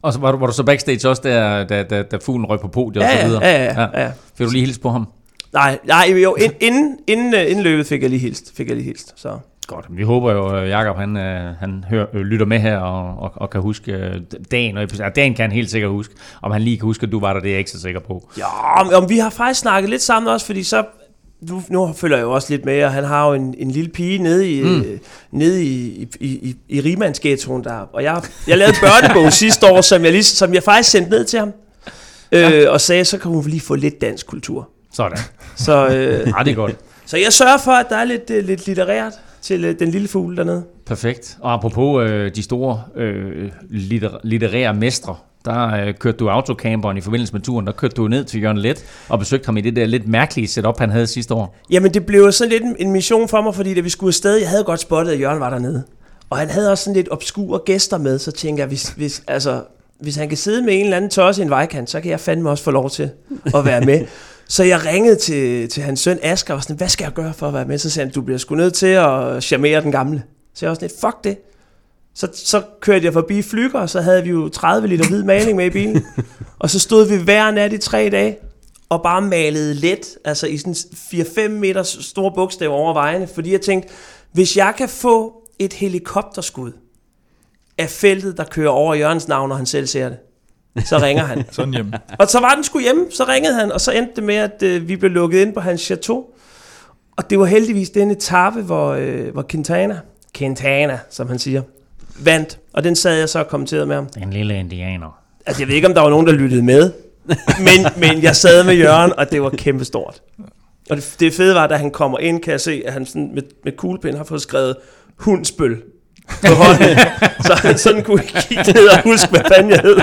Og så var du så backstage også, da fuglen røg på podiet og så videre? Ja. Fik du lige hilst på ham? Nej, jo, inden løbet fik jeg lige hilst. Så. Godt, vi håber jo, at Jakob han lytter med her og kan huske dagen, og dagen kan han helt sikkert huske. Om han lige kan huske, at du var der, det er jeg ikke så sikker på. Ja, om vi har faktisk snakket lidt sammen også, fordi så... Nu følger jeg jo også lidt med, og han har jo en lille pige nede i Rimandsghettoen der. Og jeg lavede børnebog sidste år, som jeg faktisk sendte ned til ham. Og sagde, så kan hun lige få lidt dansk kultur. Sådan. Så, det er godt. Så jeg sørger for, at der er lidt litterært til den lille fugl dernede. Perfekt. Og apropos de store litterære mestre, der kørte du autocamperen i forbindelse med turen, der kørte du ned til Jørgen Leth og besøgte ham i det der lidt mærkelige setup, han havde sidste år. Jamen det blev sådan lidt en mission for mig, fordi da vi skulle afsted, jeg havde godt spottet, at Jørgen var dernede. Og han havde også sådan lidt obskure gæster med, så tænker jeg, hvis han kan sidde med en eller anden tosse i en vejkant, så kan jeg fandme også få lov til at være med. Så jeg ringede til hans søn Asger og var sådan, hvad skal jeg gøre for at være med? Så sagde han, du bliver sgu nødt til at charmere den gamle. Så jeg var sådan lidt, fuck det. Så kørte jeg forbi Flygger, og så havde vi jo 30 liter hvid maling med i bilen. Og så stod vi hver nat i 3 dage, og bare malede let, altså i sådan 4-5 meter store bogstaver over vejene. Fordi jeg tænkte, hvis jeg kan få et helikopterskud af feltet, der kører over Jørgens navn, når han selv ser det, så ringer han. Sådan hjemme. Og så var den sgu hjemme, så ringede han, og så endte det med, at vi blev lukket ind på hans chateau. Og det var heldigvis den etape, hvor Quintana, som han siger, vandt. Og den sad jeg så og kommenterede med ham. Den lille indianer. Altså, jeg ved ikke, om der var nogen, der lyttede med. Men jeg sad med Jørgen, og det var kæmpestort. Og det fede var, da han kommer ind, kan jeg se, at han sådan med kuglepen har fået skrevet hundsbøl på hånden. Så han sådan kunne kigge ned og huske, hvad fanden jeg hed.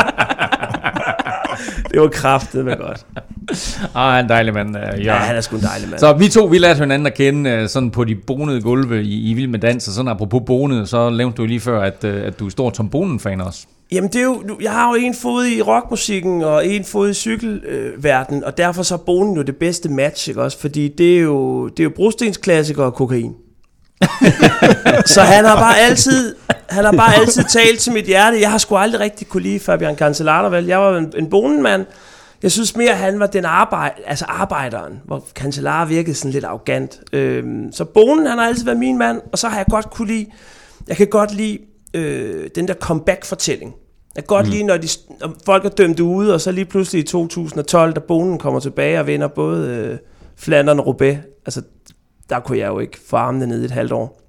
Det var kraftedeme godt. En dejlig mand, Jørgen. Ja, han er sgu en dejlig mand. Så vi to, vi lærte hinanden at kende sådan på de bonede gulve i Vild med Dans, og sådan apropos bonet, så nævnte du lige før, at du er stor Tom Bonen-fan også. Jamen, det er jo, jeg har jo en fod i rockmusikken og en fod i cykelverdenen, og derfor så er Bonen jo det bedste match, ikke også? Fordi det er jo brostens klassiker og kokain. Så han har bare altid talt til mit hjerte. Jeg har sgu aldrig rigtig kunne lide Fabian Cancellara, vel? Jeg var en Bonen-mand. Jeg synes mere, han var den arbejderen, hvor Cancellara virkede sådan lidt arrogant. Så Bonen, han har altid været min mand, og så har jeg kan godt lide den der comeback-fortælling. Jeg kan godt lide, når folk er dømt ude, og så lige pludselig i 2012, da Bonen kommer tilbage og vinder både Flandern og Roubaix. Altså, der kunne jeg jo ikke få armene ned i et halvt år.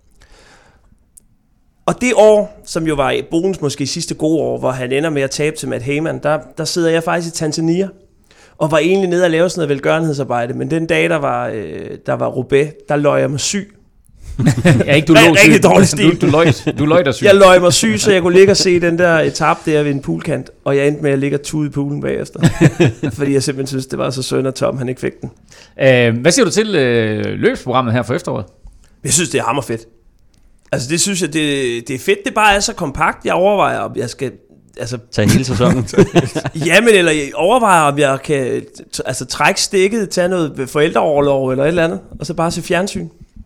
Og det år, som jo var Bonens måske sidste gode år, hvor han ender med at tabe til Matt Hayman, der sidder jeg faktisk i Tanzania, og var egentlig nede og lave sådan noget velgørenhedsarbejde, men den dag, der var Roubaix, der løg jeg mig syg. Ja, ikke du lå syg. Du løg dig syg. Jeg løg mig syg, så jeg kunne ligge og se den der etape der ved en poolkant, og jeg endte med at ligge og tude i poolen bagefter. Fordi jeg simpelthen synes, det var så synd, at Tom han ikke fik den. Hvad siger du til løbsprogrammet her for efteråret? Jeg synes, det er hammerfedt. Altså det synes jeg, det er fedt, det bare er så kompakt. Jeg overvejer, om jeg skal tage hele sæsonen. Jamen, eller jeg overvejer, om jeg kan trække stikket, tage noget forældreorlov eller et eller andet, og så bare se fjernsyn.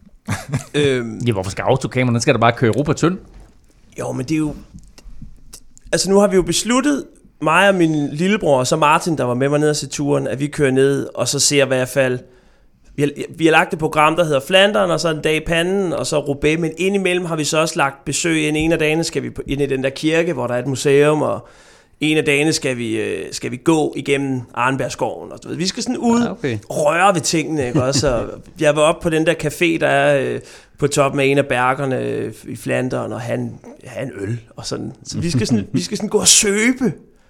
Ja, hvorfor skal autocamperen? Den skal da bare køre Europa tynd. Jo, men det er jo... Altså nu har vi jo besluttet, mig og min lillebror, og så Martin, der var med mig ned og se turen, at vi kører ned, og så ser i hvert fald... Vi har lagt et program, der hedder Flandern, og så en dag i Panden, og så Roubaix, men indimellem har vi så også lagt besøg ind. En af dagene skal vi ind i den der kirke, hvor der er et museum, og en af dagene skal vi gå igennem Arnbergskoven. Og vi skal sådan ud røre ved tingene, ikke også? Jeg var oppe på den der café, der er på toppen af en af bergerne i Flandern, og han en øl og sådan. Så vi skal sådan gå og søbe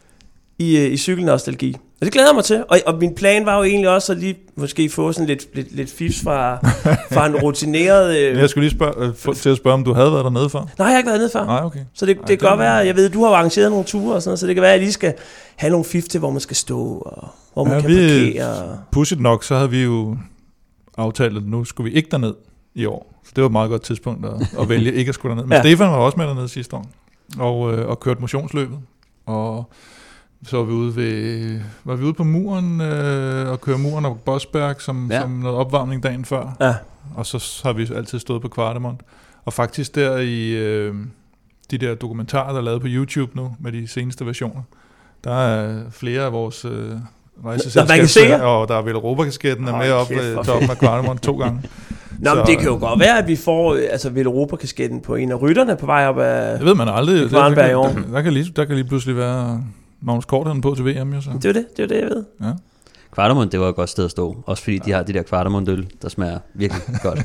i cykelnostalgi. Og det glæder jeg mig til. Og min plan var jo egentlig også at lige måske få sådan lidt fifs fra en rutineret... Jeg skulle lige til at spørge, om du havde været dernede før? Nej, jeg har ikke været dernede før. Nej, okay. Så det kan godt være, jeg ved, du har arrangeret nogle ture og sådan noget, så det kan være, at jeg lige skal have nogle fif til, hvor man skal stå, og hvor man kan parkere. Pudsigt nok, så havde vi jo aftalt, at nu skulle vi ikke derned i år. Så det var et meget godt tidspunkt at vælge ikke at skulle derned. Men Stefan var også med dernede sidste år, og kørte motionsløbet. Og så var vi ude på muren og køre muren og Bosberg som noget opvarmning dagen før. Ja. Og så har vi altid stået på Kvartemont. Og faktisk der de der dokumentarer, der er lavet på YouTube nu, med de seneste versioner. Der er flere af vores rejseselskaber, og der er vel Europa-kasketten er med op ved toppen af Quatermont 2 gange. Nå, men det kan jo godt være, at vi får Vel Europa-kasketten på en af rytterne på vej op af... Det ved man aldrig. Der kan lige pludselig være Magnus Cort på til VM. Jo, så. Det er det, jeg ved. Ja. Quatermont, det var et godt sted at stå. Også fordi de har de der Quatermont-øl, der smager virkelig godt.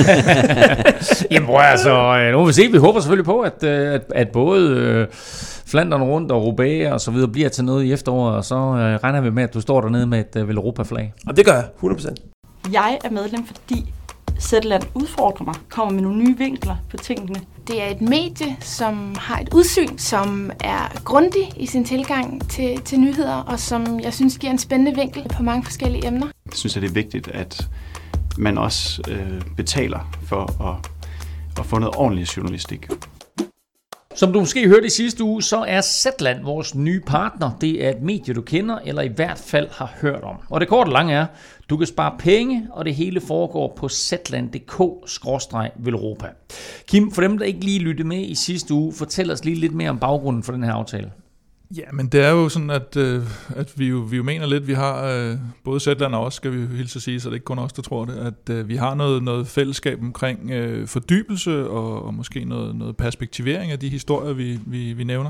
Jamen altså, nu vil vi se. Vi håber selvfølgelig på, at både Flandern rundt og Roubaix og så videre bliver til noget i efteråret, og så regner vi med, at du står dernede med et Vel Europa-flag. Og det gør jeg, 100%. Jeg er medlem, fordi Zetland udfordrer mig, kommer med nogle nye vinkler på tingene. Det er et medie, som har et udsyn, som er grundig i sin tilgang til nyheder, og som jeg synes giver en spændende vinkel på mange forskellige emner. Jeg synes, at det er vigtigt, at man også betaler for at få noget ordentlig journalistik. Som du måske hørte i sidste uge, så er Zetland vores nye partner. Det er et medie, du kender, eller i hvert fald har hørt om. Og det korte lange er, du kan spare penge, og det hele foregår på zetland.dk/Velropa. Kim, for dem, der ikke lige lyttede med i sidste uge, fortæl os lige lidt mere om baggrunden for den her aftale. Ja, men det er jo sådan, at vi jo mener lidt, vi har, både Zetland og os, skal vi jo hilse at sige, så det er ikke kun os, der tror det, at vi har noget fællesskab omkring fordybelse og måske noget perspektivering af de historier, vi nævner.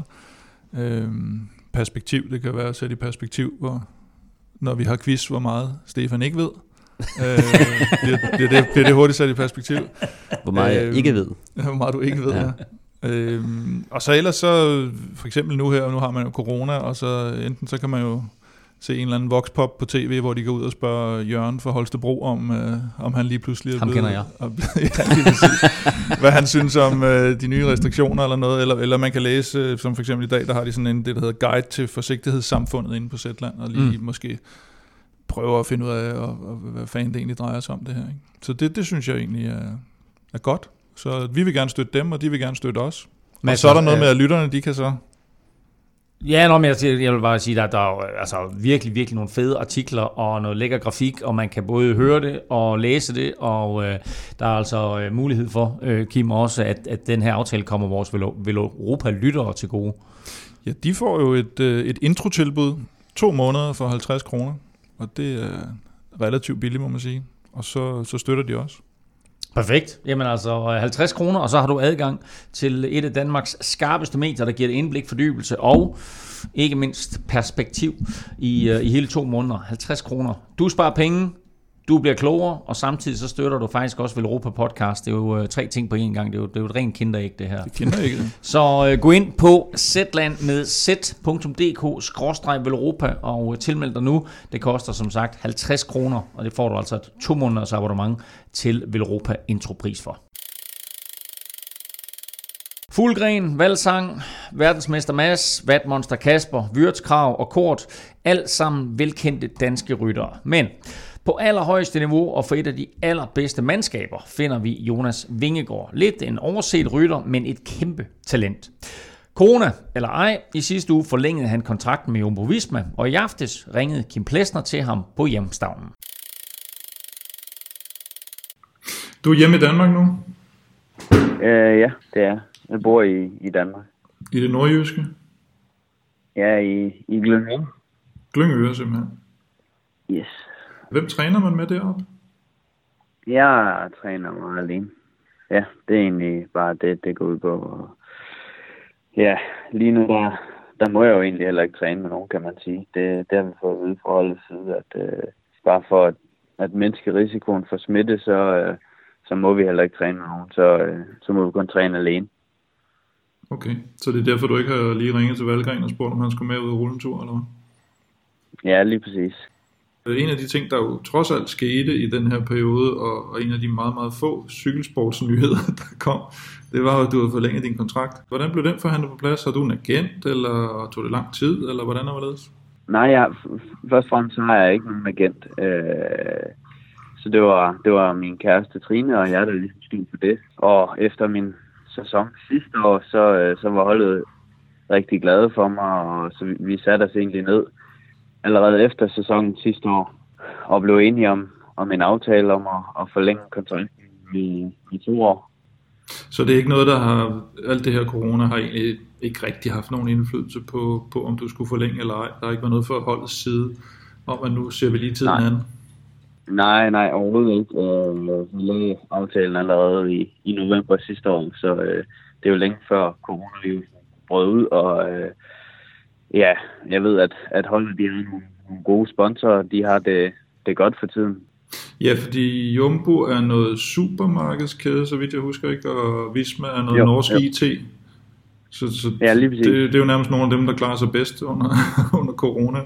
Perspektiv, det kan være at sætte i perspektiv, når vi har quiz, hvor meget Stefan ikke ved. Bliver det hurtigt sat i perspektiv. Hvor meget jeg ikke ved. Hvor meget du ikke ved, ja. Og så ellers så, for eksempel nu har man jo corona, og så enten så kan man jo se en eller anden voxpop på tv, hvor de går ud og spørger Jørgen fra Holstebro om han lige pludselig er blevet... Ham kender jeg. Hvad han synes om de nye restriktioner eller noget, eller man kan læse, som for eksempel i dag, der har de sådan det, der hedder Guide til forsigtighedssamfundet inde på Zetland, og lige måske prøver at finde ud af, hvad fanden det egentlig drejer sig om det her. Ikke? Så det synes jeg egentlig er godt. Så vi vil gerne støtte dem, og de vil gerne støtte os. Men og så er der noget med, at lytterne, de kan så... Ja, men jeg vil bare sige, at der er altså virkelig, virkelig nogle fede artikler og noget lækker grafik, og man kan både høre det og læse det, og der er altså mulighed for, Kim, også, at den her aftale kommer vores Vel Europa-lyttere til gode. Ja, de får jo et introtilbud, 2 måneder for 50 kroner, og det er relativt billigt, må man sige. Og så støtter de også. Perfekt. Jamen altså 50 kroner, og så har du adgang til et af Danmarks skarpeste medier, der giver dig indblik, fordybelse og ikke mindst perspektiv i hele 2 måneder. 50 kroner. Du sparer penge, du bliver klogere, og samtidig så støtter du faktisk også Vel Europa Podcast. Det er jo 3 ting på én gang. Det er jo et rent kinderæg, det her. Det kinderæg. Så gå ind på Zetland med z.dk/Velropa og tilmeld dig nu. Det koster som sagt 50 kroner, og det får du altså et 2 måneders abonnement til Velropa intropris for. Fuglgren, Valsang, Verdensmester Mads, Vatmonster Kasper, Wirtzkrav og Kort, alt sammen velkendte danske ryttere. Men på allerhøjeste niveau og for et af de allerbedste mandskaber finder vi Jonas Vingegaard. Lidt en overset rytter, men et kæmpe talent. Corona eller ej, i sidste uge forlængede han kontrakten med Jumbo Visma, og i aftes ringede Kim Plesner til ham på hjemstavnen. Du er hjemme i Danmark nu? Ja, det er. Jeg bor i Danmark. I det nordjyske? Ja, i Glyngøre. Glyngøre simpelthen? Yes. Hvem træner man med deroppe? Jeg træner mig alene. Ja, det er egentlig bare det går ud på. Og ja, lige nu der må jeg jo egentlig heller ikke træne med nogen, kan man sige. Det har vi fået at vide fra holdets side, at bare for at mindske risikoen for smitte, så må vi heller ikke træne med nogen. Så må vi kun træne alene. Okay, så det er derfor, du ikke har lige ringet til Valgren og spurgt, om han skulle med ud og rulle en tur, eller hvad? Ja, lige præcis. En af de ting, der jo trods alt skete i den her periode, og en af de meget, meget få cykelsportsnyheder, der kom, det var jo, at du havde forlænget din kontrakt. Hvordan blev den forhandlet på plads? Har du en agent, eller tog det lang tid, eller hvordan er det? Nej, først og fremmest så har jeg ikke nogen agent. Så det var min kæreste Trine, og jeg der ligesom stod på det. Og efter min sæson sidste år, så var holdet rigtig glade for mig, og så vi satte os egentlig ned allerede efter sæsonen sidste år, og blev enige om en aftale om at forlænge kontrakten i 2 år. Så det er ikke noget, der har, alt det her corona har egentlig ikke rigtig haft nogen indflydelse på om du skulle forlænge eller ej. Der har ikke været noget for holdets side om, at nu ser vi lige tiden an. Nej, overhovedet ikke. Vi lavede aftalen allerede i november sidste år, så det er jo længe før coronavirus brød ud, og jeg ved, at holdet de har nogle gode sponsorer, de har det godt for tiden. Ja, fordi Jumbo er noget supermarkedskæde, så vidt jeg husker ikke, og Visma er noget norsk IT. Så ja, lige præcis. Det er jo nærmest nogle af dem, der klarer sig bedst under corona.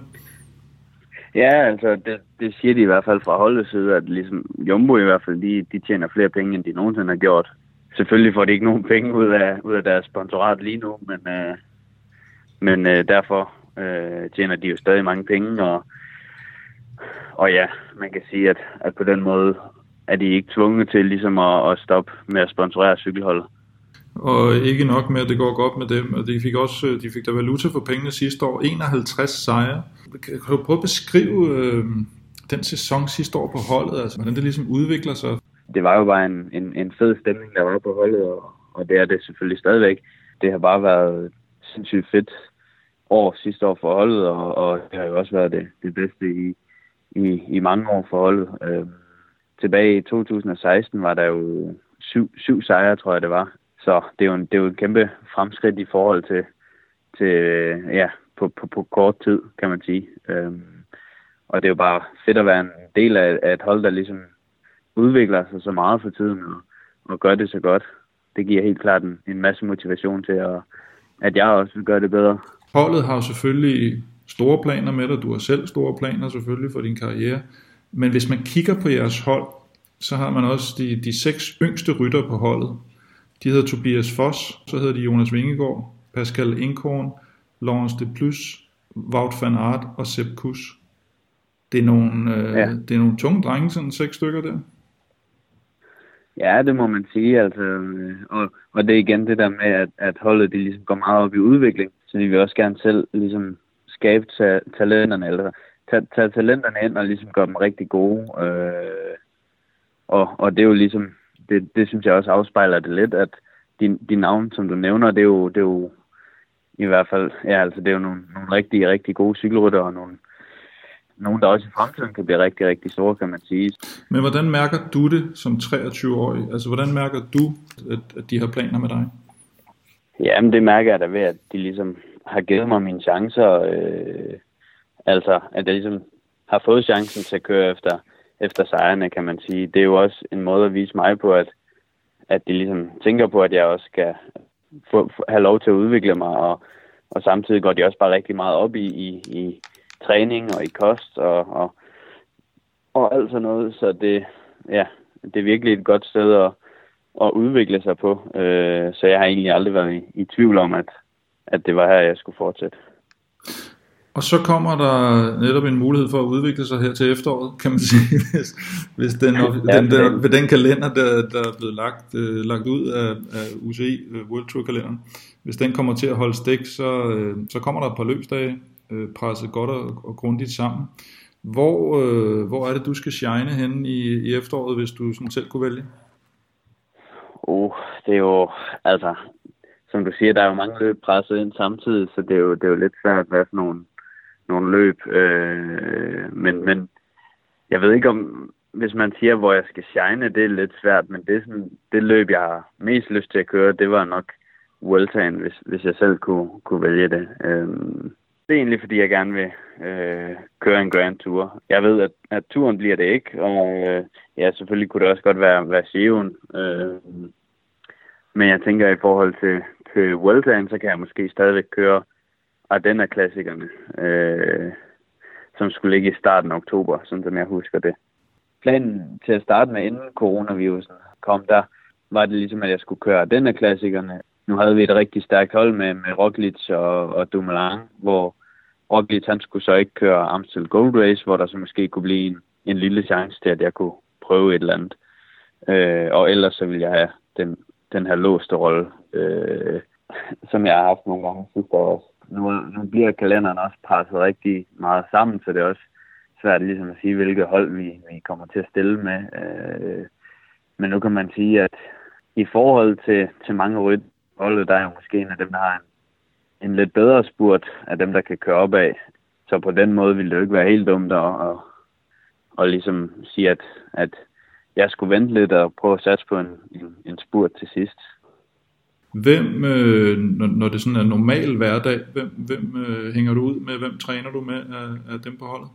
Ja, altså det siger de i hvert fald fra holdets side, at ligesom Jumbo i hvert fald, de tjener flere penge, end de nogensinde har gjort. Selvfølgelig får de ikke nogen penge ud af deres sponsorat lige nu, men derfor tjener de jo stadig mange penge, og ja, man kan sige, at på den måde er de ikke tvunget til ligesom at stoppe med at sponsorere cykelholdet. Og ikke nok med, at det går godt med dem, og de fik der valuta for pengene sidste år, 51 sejre. Kan du prøve at beskrive den sæson sidste år på holdet, altså hvordan det ligesom udvikler sig? Det var jo bare en fed stemning, der var på holdet, og det er det selvfølgelig stadigvæk. Det har bare været sindssygt fedt år sidste år for holdet, og det har jo også været det bedste i mange år for holdet. Tilbage i 2016 var der jo syv sejre, tror jeg det var. Så det er jo et kæmpe fremskridt i forhold til på kort tid, kan man sige. Og det er jo bare fedt at være en del af et hold, der ligesom udvikler sig så meget for tiden og gør det så godt. Det giver helt klart en masse motivation til, at jeg også vil gøre det bedre. Holdet har jo selvfølgelig store planer med dig. Du har selv store planer selvfølgelig for din karriere. Men hvis man kigger på jeres hold, så har man også de 6 yngste rytter på holdet. De hedder Tobias Foss, så hedder de Jonas Vingegaard, Pascal Inkhorn, Laurens de Plus, Wout van Aert og Sepp Kuss. Det er nogle tunge drenge, sådan 6 stykker der. Ja, det må man sige. Altså, og det er igen det der med, at holdet de ligesom går meget op i udvikling. Så de vil også gerne selv ligesom skabe talenterne, eller tage talenterne ind og ligesom gøre dem rigtig gode. Og det er jo ligesom, det synes jeg også afspejler det lidt, at de navne, som du nævner, det er jo i hvert fald, ja, altså det er jo nogle rigtig, rigtig gode cykelrytter, og nogle, der også i fremtiden kan blive rigtig, rigtig store, kan man sige. Men hvordan mærker du det som 23-årig? Altså, hvordan mærker du, at de har planer med dig? Jamen, det mærker jeg da ved, at de ligesom har givet mig mine chancer. Altså, at jeg ligesom har fået chancen til at køre efter sejrene, kan man sige. Det er jo også en måde at vise mig på, at de ligesom tænker på, at jeg også skal have lov til at udvikle mig, og samtidig går de også bare rigtig meget op i træning og i kost og alt sådan noget. Så det er virkelig et godt sted at udvikle sig på. Så jeg har egentlig aldrig været i tvivl om, at det var her, jeg skulle fortsætte. Og så kommer der netop en mulighed for at udvikle sig her til efteråret, kan man sige, hvis den kalender, der er blevet lagt ud af UCI, World Tour kalenderen, hvis den kommer til at holde stik, så kommer der et par løbsdage, presset godt og grundigt sammen. Hvor er det, du skal shine henne i efteråret, hvis du sådan selv kunne vælge? Det er jo, altså, som du siger, der er jo mange løb presset ind samtidig, så det er jo lidt svært, hvad for nogle løb. Men jeg ved ikke om, hvis man siger, hvor jeg skal shine, det er lidt svært, men det er sådan, det løb, jeg har mest lyst til at køre, det var nok Vueltaen, hvis jeg selv kunne vælge det. Det er egentlig, fordi jeg gerne vil køre en Grand Tour. Jeg ved, at turen bliver det ikke, og selvfølgelig kunne det også godt være Giroen. Men jeg tænker, i forhold til Vueltaen, så kan jeg måske stadigvæk køre Ardenner-klassikerne, som skulle ligge i starten af oktober, sådan som jeg husker det. Planen til at starte med, inden coronavirusen kom, der var det ligesom, at jeg skulle køre Ardenner-klassikerne. Nu havde vi et rigtig stærkt hold med Roglic og Dumoulin, hvor Roglic han skulle så ikke køre Amstel Gold Race, hvor der så måske kunne blive en lille chance til, at jeg kunne prøve et eller andet. Og ellers så ville jeg have den her låste rolle, som jeg har haft nogle gange sidste år. Nu bliver kalenderen også presset rigtig meget sammen, så det er også svært ligesom at sige, hvilket hold vi kommer til at stille med. Men nu kan man sige, i forhold til mange rytterholdet, der er jo måske en af dem, der har en lidt bedre spurt af dem, der kan køre op af. Så på den måde ville det jo ikke være helt dumt at ligesom sige, at jeg skulle vente lidt og prøve at satse på en spurt til sidst. Hvem, når det sådan er normal hverdag, hvem hænger du ud med? Hvem træner du med af dem på holdet?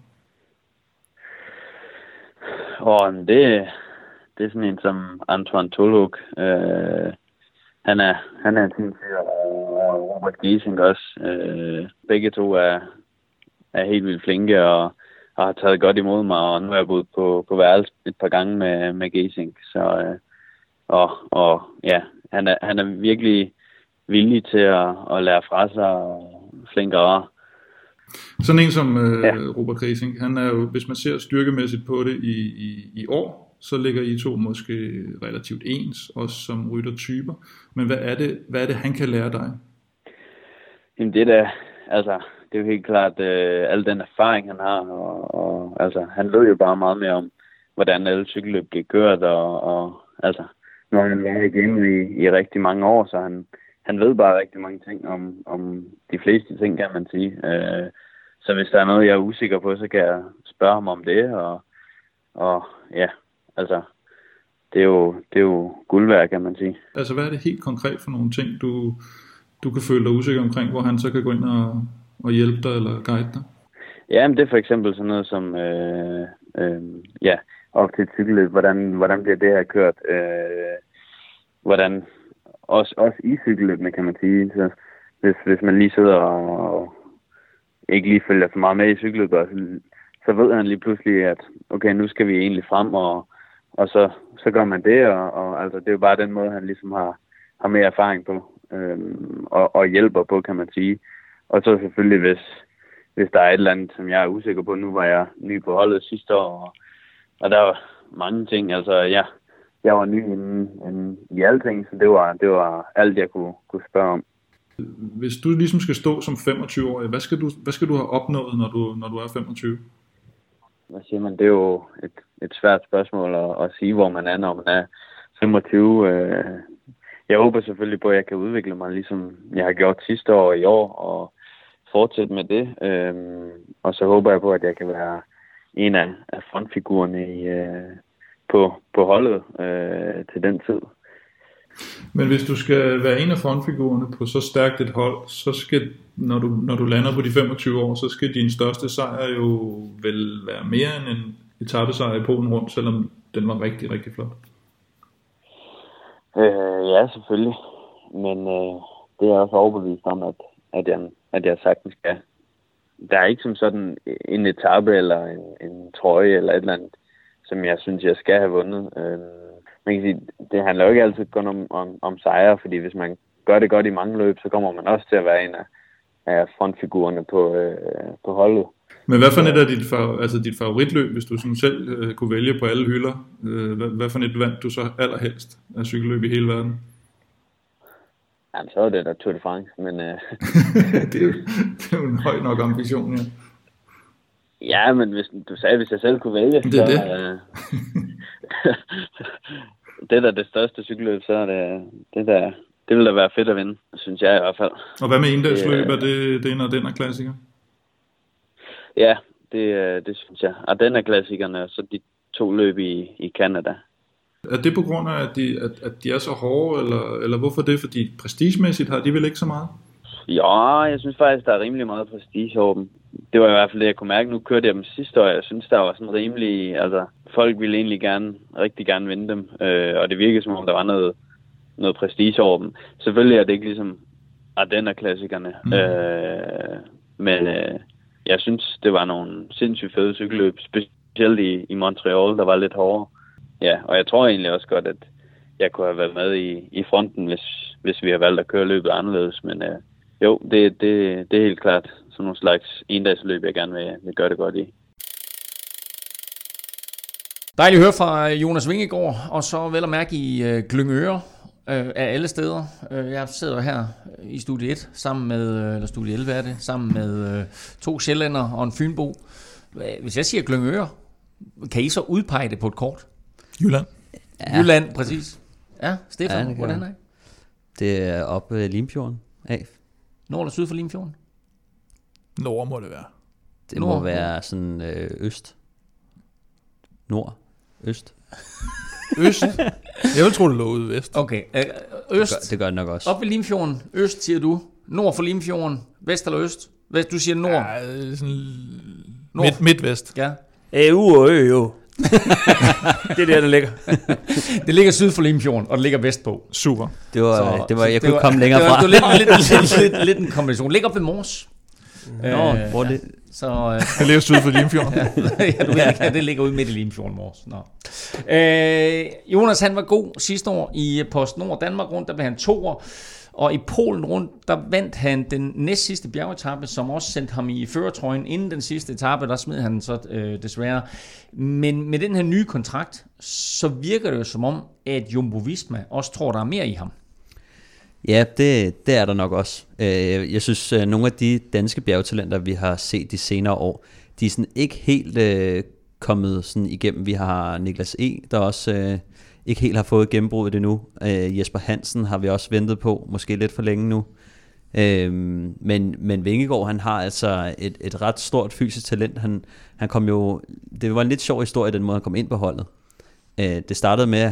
Det er sådan en som Antoine Toluk. Han er en fin fyr, og Robert Giesing også. Begge to er helt vildt flinke og har taget godt imod mig, og nu er jeg boet på værelse et par gange med Giesing. Så ja, han er virkelig villig til at lære fra sig og flinkere. Sådan en som Robert Giesing, han er jo, hvis man ser styrkemæssigt på det i år, så ligger I to måske relativt ens, også som ryttertyper. Men hvad er det, han kan lære dig? Jamen det er det er jo helt klart al den erfaring, han har. Og altså, han ved jo bare meget mere om, hvordan alle cykelløb bliver kørt. Og altså, nu har han været igennem i rigtig mange år, så han ved bare rigtig mange ting om de fleste ting, kan man sige. Så hvis der er noget, jeg er usikker på, så kan jeg spørge ham om det. Og ja, altså, det er jo guld værd, kan man sige. Altså, hvad er det helt konkret for nogle ting, du kan føle dig usikker omkring, hvor han så kan gå ind og hjælpe dig eller guide dig? Ja, men det er for eksempel sådan noget som, op til et cykelløb, hvordan bliver det her kørt? Hvordan, også i cykelløbene, kan man sige. Så hvis man lige sidder og ikke lige følger så meget med i cykelløbet, så ved han lige pludselig, at okay, nu skal vi egentlig frem, og så gør man det, og altså, det er jo bare den måde, han ligesom har mere erfaring på, og hjælper på, kan man sige. Og så selvfølgelig, hvis der er et eller andet, som jeg er usikker på. Nu var jeg ny på holdet sidste år, og der var mange ting. Altså, jeg var ny i alting, så det var alt, jeg kunne spørge om. Hvis du ligesom skal stå som 25-årig, hvad skal du have opnået, når du er 25? Hvad siger man? Det er jo et svært spørgsmål at sige, hvor man er, når man er 25. Jeg håber selvfølgelig på, at jeg kan udvikle mig, ligesom jeg har gjort sidste år i år, og fortsætte med det. Og så håber jeg på, at jeg kan være en af frontfigurerne på holdet til den tid. Men hvis du skal være en af frontfigurerne på så stærkt et hold, så skal, når du lander på de 25 år, så skal din største sejr jo vel være mere end en etapesejr i Polen rundt, selvom den var rigtig, rigtig flot. Ja, selvfølgelig. Men det er også overbevist om, at jeg sagtens skal. Der er ikke som sådan en etape eller en trøje eller et eller andet, som jeg synes, jeg skal have vundet. Man kan sige, det handler jo ikke altid kun om sejre, fordi hvis man gør det godt i mange løb, så kommer man også til at være en af frontfigurerne på holdet. Men hvad for et er dit favoritløb, hvis du sådan selv kunne vælge på alle hylder? Hvad for et vandt du så allerhelst af cykelløb i hele verden? Jamen, så er det da Tour de France, men... det er jo en høj nok ambition, ja. Ja, men hvis jeg selv kunne vælge, det er så... det. Det der det største cykelløb, så er det vil da være fedt at vinde, synes jeg i hvert fald. Og hvad med endagsløb? Er det en Ardenner-klassiker? Ja, det synes jeg. Ardenner-klassikerne og så de 2 løb i Canada. Er det på grund af, at de er så hårde, eller hvorfor det? Fordi prestigemæssigt har de vel ikke så meget? Ja, jeg synes faktisk, der er rimelig meget prestige over dem. Det var i hvert fald det, jeg kunne mærke. Nu kørte jeg dem sidste år, jeg synes, der var sådan rimelig... Altså, folk ville egentlig rigtig gerne vinde dem, og det virkede som om, der var noget prestige over dem. Selvfølgelig er det ikke ligesom Ardenner-klassikerne, men jeg synes, det var nogle sindssygt fede cykelløb, specielt i Montreal, der var lidt hårdere. Ja, og jeg tror egentlig også godt, at jeg kunne have været med i fronten, hvis vi har valgt at køre løbet anderledes. Men jo, det er helt klart sådan nogle slags endagsløb, jeg gerne vil gøre det godt i. Dejligt at høre fra Jonas Vingegaard, og så vel at mærke i Glyngøre af alle steder. Jeg sidder her i studie 1 sammen med, eller studie 11 er det, sammen med 2 sjællænder og en fynbo. Hvis jeg siger Glyngøre, kan I så udpege det på et kort? Jylland. Ja. Jylland, præcis. Ja, Stefan, Ja, hvor er den af? Det er oppe ved Limfjorden af. Nord eller syd for Limfjorden? Nord må det være. Det må være sådan øst. Nord. Øst. Øst? Jeg vil tro, det lå ude vest. Okay, øst. Det gør det nok også. Op ved Limfjorden. Øst, siger du. Nord for Limfjorden. Vest eller øst? Vest, du siger nord. Ja, sådan midtvest. Ja. Jo. Det er der ligger. Det ligger syd for Limfjorden, og det ligger vestpå. Super. Jeg kunne komme længere fra. Det var lidt en kombination. Ligger op ved Mors. Hvor det... Så, det ligger syd for Limfjorden. Ja, du ved ikke, det ligger ude midt i Limfjorden, Mors. Jonas, han var god sidste år i PostNord Danmark rundt, der blev han 2'er. Og i Polen rundt, der vandt han den næst sidste bjergetappe, som også sendte ham i førertrøjen. Inden den sidste etape, der smed han så desværre. Men med den her nye kontrakt, så virker det jo som om, at Jumbo Visma også tror, der er mere i ham. Ja, det er der nok også. Jeg synes, nogle af de danske bjergtalenter, vi har set de senere år, de er sådan ikke helt kommet sådan igennem. Vi har Niklas E., der også ikke helt har fået gennembruddet endnu. Jesper Hansen har vi også ventet på, måske lidt for længe nu. Men Vingegaard, han har altså et ret stort fysisk talent. Han kom jo, det var en lidt sjov historie, den måde han kom ind på holdet. Det startede med, at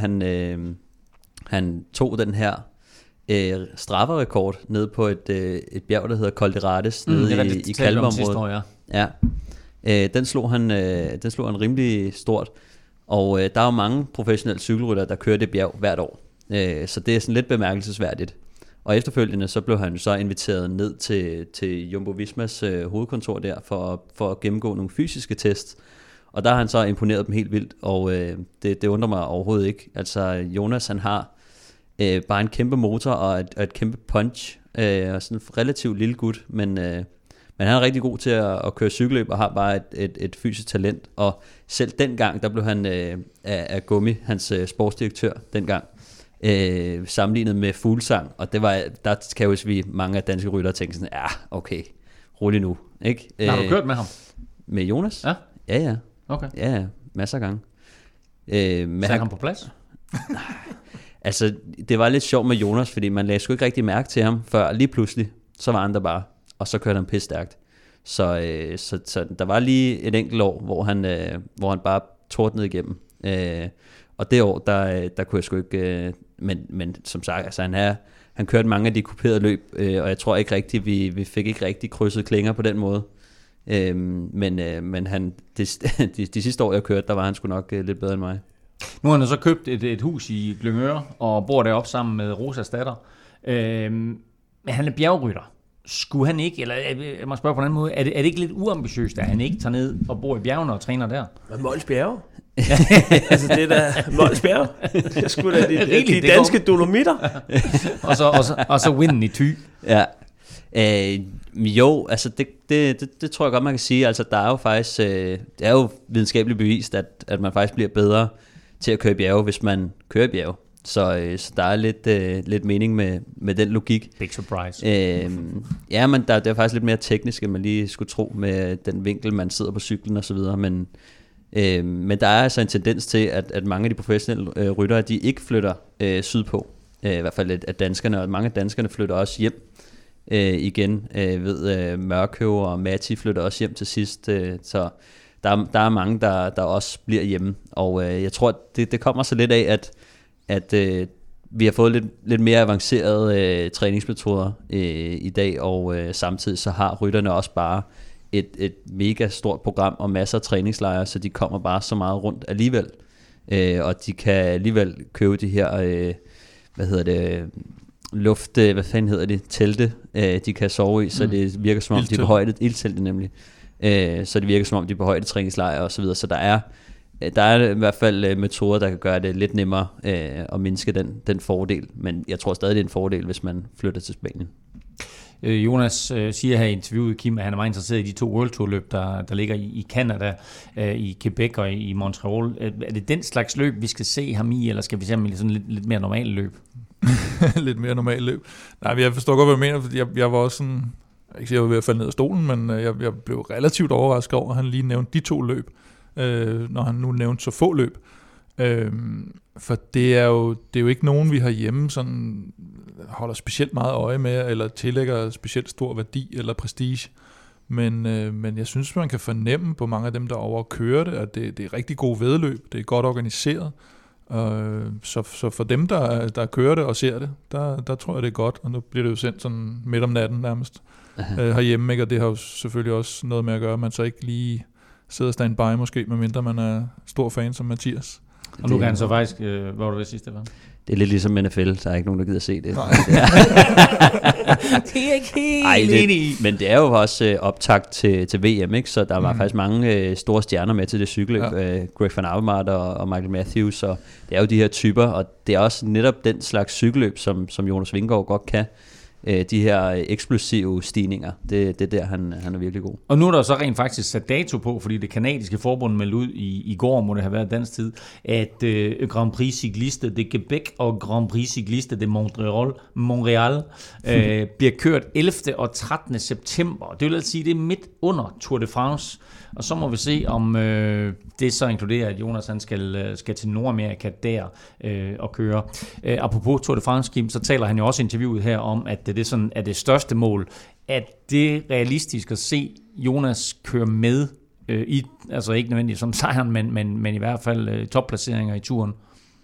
han tog den her strafferekord ned på et bjerg, der hedder Col de Rades, nede i Kalveområdet. Ja. Den slog han rimelig stort. Og der er jo mange professionelle cykelryttere, der kører det bjerg hvert år. Så det er sådan lidt bemærkelsesværdigt. Og efterfølgende så blev han så inviteret ned til Jumbo Vismas hovedkontor der for at gennemgå nogle fysiske tests. Og der har han så imponeret dem helt vildt, og det undrer mig overhovedet ikke. Altså Jonas, han har bare en kæmpe motor og et kæmpe punch, og sådan en relativt lille gut, men han er rigtig god til at køre cykelløb og har bare et fysisk talent. Og selv dengang, der blev han af Gummi, hans sportsdirektør dengang, sammenlignet med Fuglsang. Og det var, der kan jo vi mange af danske ryttere tænke sådan, ja, okay, rolig nu. Ikke? Har du kørt med ham? Med Jonas? Ja. Ja. Okay. Ja, masser af gange. Satte han på plads? Altså, det var lidt sjovt med Jonas, fordi man lagde sgu ikke rigtig mærke til ham, før lige pludselig, så var han der bare. Og så kørte han pisse stærkt. Så der var lige et enkelt år, hvor han bare tordnede igennem. Og det år, der kunne jeg sgu ikke... Men som sagt, altså han kørte mange af de kuperede løb, og jeg tror ikke rigtigt, vi fik ikke rigtig krydset klinger på den måde. Men han, de sidste år, jeg kørte, der var han sgu nok lidt bedre end mig. Nu har han så købt et hus i Glyngøre, og bor deroppe sammen med Rosas datter. Men han er bjergrytter. Skulle han ikke, eller jeg må spørge på en anden måde, er det ikke lidt uambitiøst, at han ikke tager ned og bor i bjergene og træner der? Mols Bjerge? Altså det der Mols Bjerge? Det skulle da de danske Dolomitter. og så Winden i Thy. Ja. Jo, altså det tror jeg godt, man kan sige. Altså der er jo faktisk, det er jo videnskabeligt bevist, at man faktisk bliver bedre til at køre i bjerge, hvis man kører i bjerge. Så der er lidt mening med den logik. Big surprise. Ja, men det er faktisk lidt mere teknisk, end man lige skulle tro med den vinkel, man sidder på cyklen og så videre. Men der er altså en tendens til, at mange af de professionelle ryttere, de ikke flytter sydpå. I hvert fald at danskerne, og mange af danskerne flytter også hjem igen. Mørkøv og Matti flytter også hjem til sidst. Så der er mange, der også bliver hjemme. Og jeg tror, det kommer så lidt af, at vi har fået lidt mere avancerede træningsmetoder i dag, og samtidig så har rytterne også bare et mega stort program og masser af træningslejre, så de kommer bare så meget rundt alligevel. Og de kan alligevel købe de her, telte, de kan sove i, så det virker som om de er på højde, ildtelte nemlig, så det virker som om de er på højde træningslejre og så videre, så der er i hvert fald metoder, der kan gøre det lidt nemmere at mindske den fordel, men jeg tror stadig, det er en fordel, hvis man flytter til Spanien. Jonas siger her i interviewet, Kim, at han er meget interesseret i de 2 World Tour løb, der ligger i Canada, i Quebec og i Montreal. Er det den slags løb, vi skal se ham i, eller skal vi se ham i sådan lidt mere normalt løb? Lidt mere normalt løb. Nej, jeg forstår godt, hvad du mener, fordi jeg var også sådan, jeg var ved at falde ned af stolen, men jeg blev relativt overrasket over, at han lige nævnte de 2 løb, når han nu nævnte så få løb. For det er jo ikke nogen, vi har hjemme sådan holder specielt meget øje med, eller tillægger specielt stor værdi eller prestige. Men jeg synes, man kan fornemme på mange af dem, der over kører det, at det er rigtig gode væddeløb, det er godt organiseret. Så for dem, der kører det og ser det, der tror jeg, det er godt. Og nu bliver det jo sendt sådan midt om natten nærmest herhjemme, ikke? Og det har jo selvfølgelig også noget med at gøre, at man så ikke lige sidder standby måske, medmindre man er stor fan som Mathias. Og nu kan han så faktisk, hvad var det ved sidste, var? Det er lidt ligesom NFL, der er ikke nogen, der gider se det. Det er ikke helt enig. Men det er jo også optakt til VM, ikke? Så der var faktisk mange store stjerner med til det cykelløb. Greg van Avermaet og Michael Matthews, og det er jo de her typer, og det er også netop den slags cykelløb, som Jonas Vingegaard godt kan. De her eksplosive stigninger, det er der, han er virkelig god. Og nu er der så rent faktisk sat dato på, fordi det kanadiske forbund meldte ud i går, må det have været dansk tid, at Grand Prix Cycliste de Quebec og Grand Prix Cycliste de Montreal bliver kørt 11. og 13. september. Det vil altså sige, det er midt under Tour de France. Og så må vi se, om det så inkluderer, at Jonas han skal til Nordamerika der og køre. Apropos Tour de France, Kim, så taler han jo også i interviewet her om, at det sådan er det største mål. At det er realistisk at se Jonas køre med, altså ikke nødvendigt som sejren, men i hvert fald topplaceringer i turen.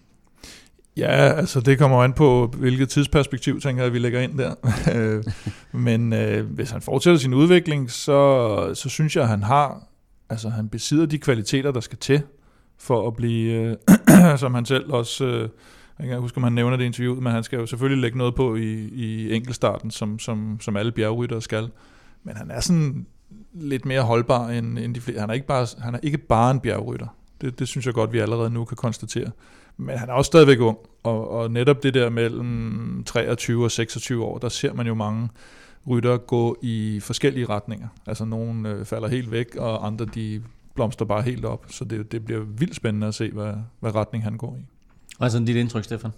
Ja, altså det kommer an på, hvilket tidsperspektiv, tænker jeg, vi lægger ind der. Men hvis han fortsætter sin udvikling, så synes jeg, at han besidder de kvaliteter, der skal til, for at blive, som han selv også, jeg kan huske, om han nævner det i interviewet, men han skal jo selvfølgelig lægge noget på i enkeltstarten, som alle bjergryttere skal. Men han er sådan lidt mere holdbar end de flere. Han er ikke bare en bjergrytter. Det synes jeg godt, vi allerede nu kan konstatere. Men han er også stadigvæk ung, og netop det der mellem 23 og 26 år, der ser man jo mange ryttere gå i forskellige retninger. Altså nogle falder helt væk, og andre de blomster bare helt op. Så det bliver vildt spændende at se, hvad retning han går i. Hvad er sådan dit indtryk, Stefan?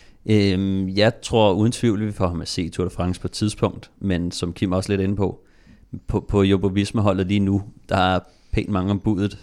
Jeg tror uden tvivl, vi får ham at se Tour de France på et tidspunkt, men som Kim også lidt inde på Jumbo Visma-holdet lige nu, der er pænt mange om budet.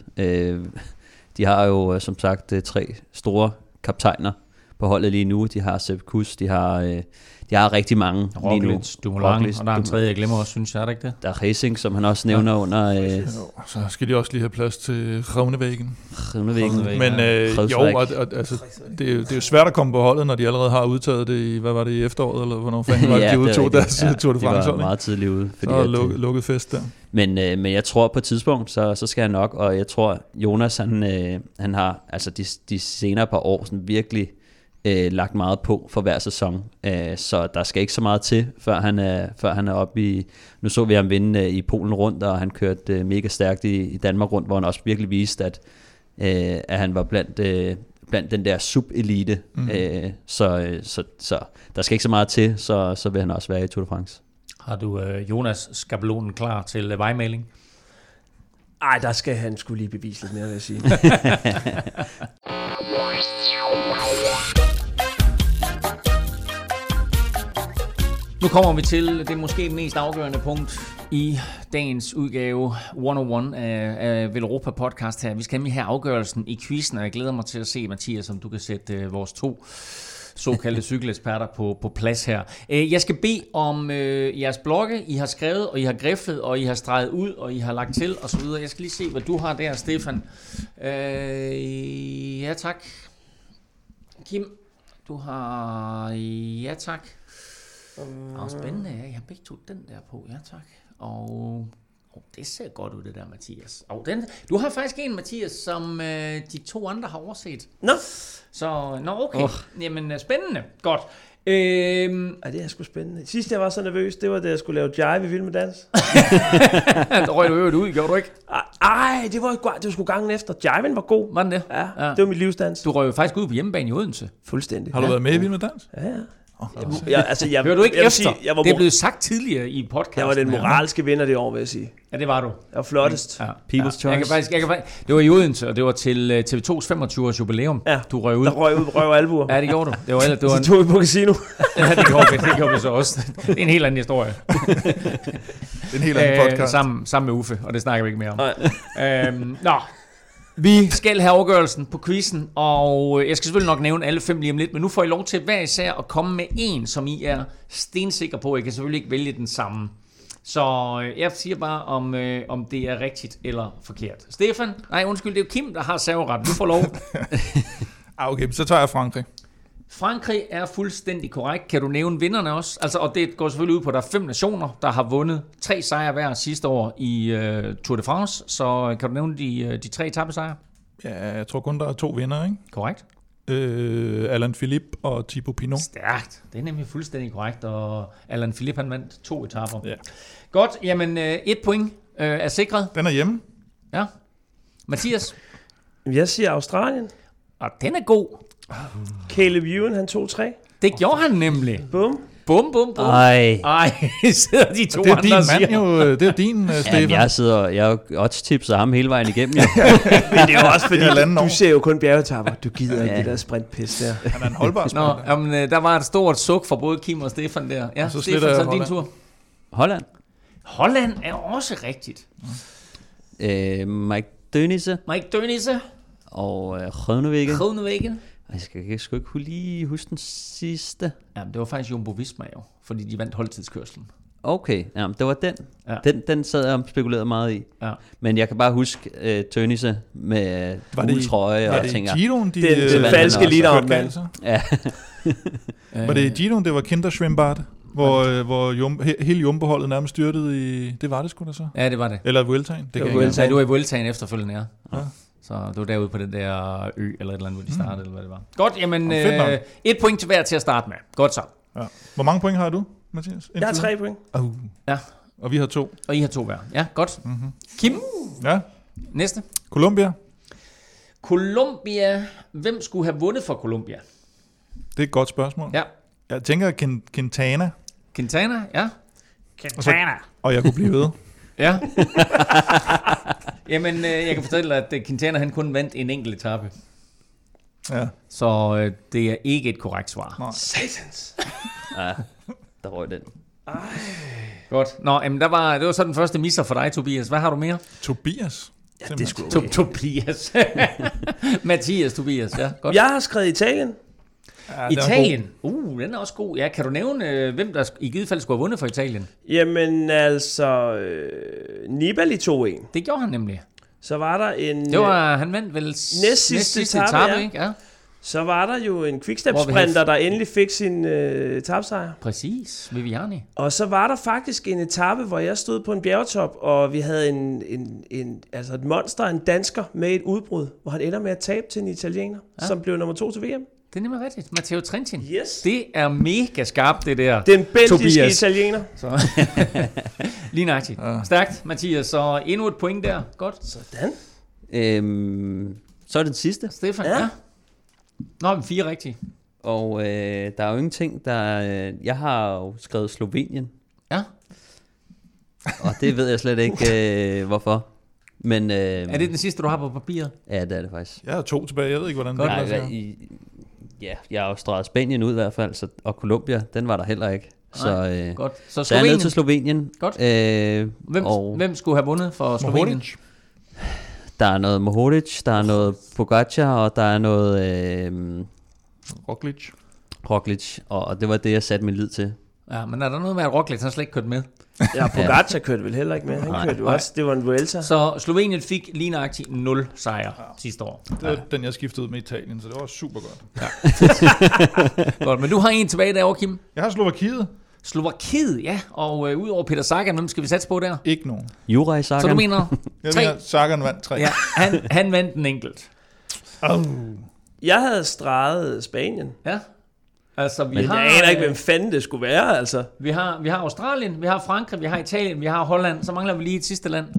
De har jo som sagt 3 store kaptajner på holdet lige nu. De har Sepp Kuss, de har rigtig mange lige nu. Roglic, og der er en tredje, jeg glemmer også, synes jeg, er det ikke det? Der er Racing, som han også nævner under... Så skal de også lige have plads til Groenewegen. Men altså, det er jo svært at komme på holdet, når de allerede har udtaget det i, hvad var det, i efteråret, eller hvornår fanden var det, de udtog deres Tour de France. Det var meget tidligt ude. Så lukket fest der. Men jeg tror på et tidspunkt, så skal han nok, og jeg tror, Jonas, han har altså de senere par år sådan virkelig lagt meget på for hver sæson, så der skal ikke så meget til, før han er oppe i... Nu så vi ham vinde i Polen rundt, og han kørte mega stærkt i Danmark rundt, hvor han også virkelig viste, at han var blandt den der subelite, så der skal ikke så meget til, så vil han også være i Tour de France. Har du Jonas skabelonen klar til vejmaling? Ej, der skal han skulle lige bevise lidt mere, vil jeg sige. Nu kommer vi til det måske mest afgørende punkt i dagens udgave 101 af Velropa podcast her. Vi skal nemlig have afgørelsen i quizzen, og jeg glæder mig til at se, Mathias, om du kan sætte vores 2 såkaldte cykeleksperter på plads her. Jeg skal bede om jeres blogge. I har skrevet, og I har griflet, og I har streget ud, og I har lagt til, og så videre. Jeg skal lige se, hvad du har der, Stefan. Ja, tak. Kim, du har... Ja, tak. Spændende, ja. Jeg har begge to den der på. Ja, tak. Og det ser godt ud, det der, Mathias. Du har faktisk en, Mathias, som de 2 andre har overset. Okay. Jamen, spændende. Godt. Det er sgu spændende. Sidst jeg var så nervøs, det var da jeg skulle lave jive i Vild med Dans. Der røg du øvrigt ud, gjorde du ikke? Ej, det var sgu gangen efter. Jiven var god. Var den det? Ja, det var mit livsdans. Du røg jo faktisk ud på hjemmebane i Odense. Fuldstændig. Har du været med i Vild med Dans? Ja. Hører du ikke efter? Det er blevet sagt tidligere i podcasten. Jeg var den moralske vinder det år, vil jeg sige. Ja, det var du. Jeg var flottest. Ja. People's Choice. Det var i Odense, og det var til TV2's 25-års jubilæum. Ja. Du røg ud. Der røg albuer. Ja, det gjorde du. Det var så tog vi på casino. Ja, det gjorde vi så også. Det er en helt anden historie. Det er en helt anden podcast. Sammen med Uffe, og det snakker vi ikke mere om. Vi skal have afgørelsen på quizzen, og jeg skal selvfølgelig nok nævne alle 5 lige om lidt, men nu får I lov til hver især at komme med en, som I er stensikre på. I kan selvfølgelig ikke vælge den samme. Så jeg siger bare, om det er rigtigt eller forkert. Stefan? Nej, undskyld, det er jo Kim, der har serveret. Du får lov. Okay, så tager jeg Frankrig. Frankrig er fuldstændig korrekt. Kan du nævne vinderne også? Altså, og det går selvfølgelig ud på, at der er 5 nationer, der har vundet 3 sejre hver sidste år i Tour de France. Så kan du nævne de 3 etapesejre? Ja, jeg tror kun, der er 2 vinder, ikke? Korrekt. Alain Philippe og Thibaut Pinot. Stærkt. Det er nemlig fuldstændig korrekt, og Alain Philippe han vandt 2 etaper. Ja. Godt, jamen 1 point er sikret. Den er hjemme. Ja. Mathias? Jeg siger Australien. Og den er god. Caleb Ewan, han tog 3. Det gjorde han nemlig. Bum. Bum, bum, bum. Ej. Sidder de 2 det er andre din og siger. mand jo, det er din, Stefan. Jamen, jeg odds-tipser ham hele vejen igennem. Men det er jo også fordi, du ser jo kun bjergetapper. Du gider ikke det der sprintpis der. Han er en holdbar sprinter. Nå, der var et stort suk for både Kim og Stefan der. Ja, så Stefan, så er din tur. Holland. Holland er også rigtigt. Mike Dönisse. Mike Dönisse. Og Groenewegen. Groenewegen. Jeg skal ikke lige huske den sidste. Jamen, det var faktisk Jumbo Visma jo, fordi de vandt holdtidskørslen. Okay, jamen, det var den. Ja. Den sad jeg og spekulerede meget i. Ja. Men jeg kan bare huske Tønnisse med gul trøje. Var og det tænker, Giroen, den falske lead-out mand. Ja. Var det Giroen, det var Kinderschwimmbad? Hvor hele Jumbo-holdet nærmest styrtede i... Det var det sgu da så? Ja, det var det. Eller Vueltaen? Det var i Vueltaen efterfølgende, ja. Så det var derude på den der ø, eller et eller andet, hvor de startede, eller hvad det var. Godt, jamen 1 point til hver til at starte med. Godt så. Ja. Hvor mange point har du, Mathias? Jeg har 3 point. Ja. Og vi har 2. Og I har 2 hver. Ja, godt. Mm-hmm. Kim? Ja. Næste. Colombia. Colombia. Hvem skulle have vundet for Colombia? Det er et godt spørgsmål. Ja. Jeg tænker Quintana. Quintana, ja. Quintana. Og jeg kunne blive ved. Ja. Jamen, jeg kan fortælle dig, at Quintana han kun vandt en enkelt etape. Ja. Så det er ikke et korrekt svar. Nej. Satans. Ja, der røg den. Godt. Nå, jamen, det var så den første misser for dig, Tobias. Hvad har du mere? Tobias? Ja, det skulle okay. Tobias. Mathias Tobias, ja. Godt. Jeg har skrevet Italien. Ja, Italien? Den er også god. Ja, kan du nævne, hvem der i givet fald skulle have vundet for Italien? Jamen altså, Nibali tog 1. Det gjorde han nemlig. Så var der en... Det var, han vandt vel næst sidste etape, ikke? Ja. Så var der jo en quickstep-sprinter, der endelig fik sin etapesejr. Præcis, Viviani. Og så var der faktisk en etape, hvor jeg stod på en bjergetop, og vi havde altså et monster, en dansker, med et udbrud, hvor han ender med at tabe til en italiener, som blev nummer 2 til VM. Det er nemlig rigtigt. Matteo Trentin. Yes. Det er mega skarpt, det der. Den belgiske Tobias. italiener. Så. Lige nøjagtigt. Stærkt, Mathias. Så endnu et point der. Godt. Sådan. Så er det den sidste. Stefan, ja. Nå, vi 4 rigtige. Og der er jo ingenting, der... jeg har jo skrevet Slovenien. Ja. Og det ved jeg slet ikke, hvorfor. Men, er det den sidste, du har på papiret? Ja, det er det faktisk. Jeg har 2 tilbage. Jeg ved ikke, hvordan det er. Jeg har jo streget Spanien ud i hvert fald, og Colombia, den var der heller ikke. Så, godt. Så jeg er ned til Slovenien. Godt. Hvem skulle have vundet for Slovenien? Der er noget Mohoric, der er noget Pogacar, og der er noget... Roglic, og det var det, jeg satte min lid til. Ja, men er der noget med, at Roglic han slet ikke kørt med? Ja, Pogacar kørte vel heller ikke med. Han kørte jo også. Det var en Vuelta. Så Slovenien fik lige nøjagtigt 0 sejre sidste år. Det var den, jeg skiftede ud med Italien, så det var super godt. Ja. Godt, men du har en tilbage derovre, Kim. Jeg har Slovakiet. Slovakiet, ja. Og udover Peter Sagan, hvem skal vi satse på der? Ikke nogen. Juraj Sagan. Så du mener 3? Sagan vandt 3. Ja, han vandt en enkelt. Jeg havde streget Spanien. Ja. Altså, men jeg aner ikke, hvem fanden det skulle være, altså. Vi har Australien, vi har Frankrig, vi har Italien, vi har Holland. Så mangler vi lige et sidste land.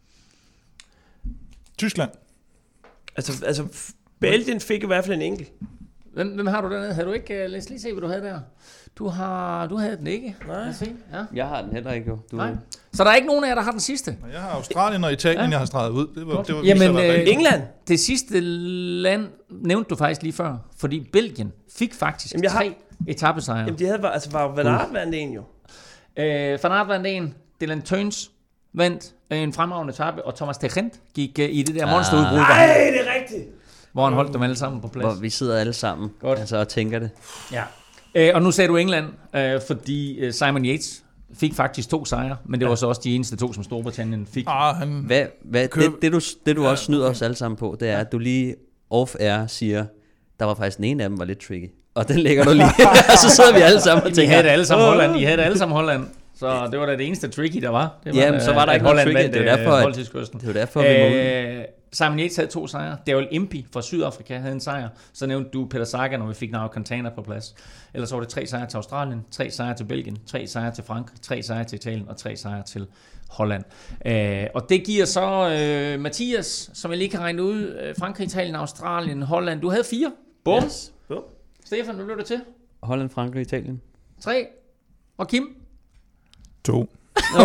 Tyskland. Altså Belgien fik i hvert fald en enkelt. Hvem har du dernede? Havde du ikke... Lad os lige se, hvad du havde der. Du havde den ikke. Nej. Ja. Jeg har den heller ikke, jo. Nej. Så der er ikke nogen af jer, der har den sidste? Jeg har Australien og Italien, jeg har streget ud. Det var jamen, England. Det sidste land nævnte du faktisk lige før, fordi Belgien fik faktisk 3 etapesejre. Jamen, de havde var Van Aert vandt en jo. Van Aert vandt en, Dylan Teuns vandt en fremragende etape, og Thomas Tegent gik i det der monsterudbrud. Nej, det er rigtigt! Hvor han holdt dem alle sammen på plads. Hvor vi sidder alle sammen og tænker det. Ja. Og nu sagde du England, fordi Simon Yates fik faktisk 2 sejre, men det var så også de eneste 2, som Storbritannien fik. Det du også snyder os alle sammen på, det er, at du lige off-air siger, der var faktisk den ene af dem var lidt tricky. Og den lægger du lige, og så sidder vi alle sammen og tænker. I havde alle sammen Holland. Så det var da det eneste tricky, der var. Det var jamen, så var der ikke noget tricky. Det var derfor, vi målte. Simon Yates havde 2 sejre. Daryl Impey fra Sydafrika havde en sejr. Så nævnte du Peter Sagan, når vi fik Nairo Quintana på plads. Ellers var det 3 sejre til Australien, 3 sejre til Belgien, 3 sejre til Frankrig, 3 sejre til Italien og 3 sejre til Holland. Og det giver så Mathias, som jeg lige kan regne ud, Frankrig, Italien, Australien, Holland. Du havde 4. Bum. Yes. Stefan, hvad blev det til? Holland, Frankrig, Italien. 3. Og Kim? 2. Det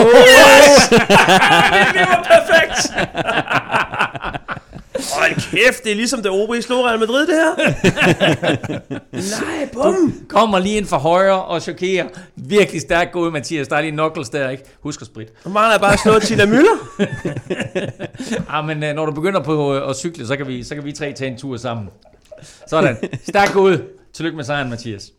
var perfekt! Hold kæft, det er ligesom det OB slog Real Madrid, det her. Nej, bum! Du kommer lige ind for højre og chokerer. Virkelig stærkt gået, Mathias. Der er lige knuckles der, ikke? Husk at sprit. Nu mangler jeg bare at slå Tina Müller. Men når du begynder på at cykle, så kan vi 3 tage en tur sammen. Sådan. Stærkt gået. Tillykke med sejren, Mathias.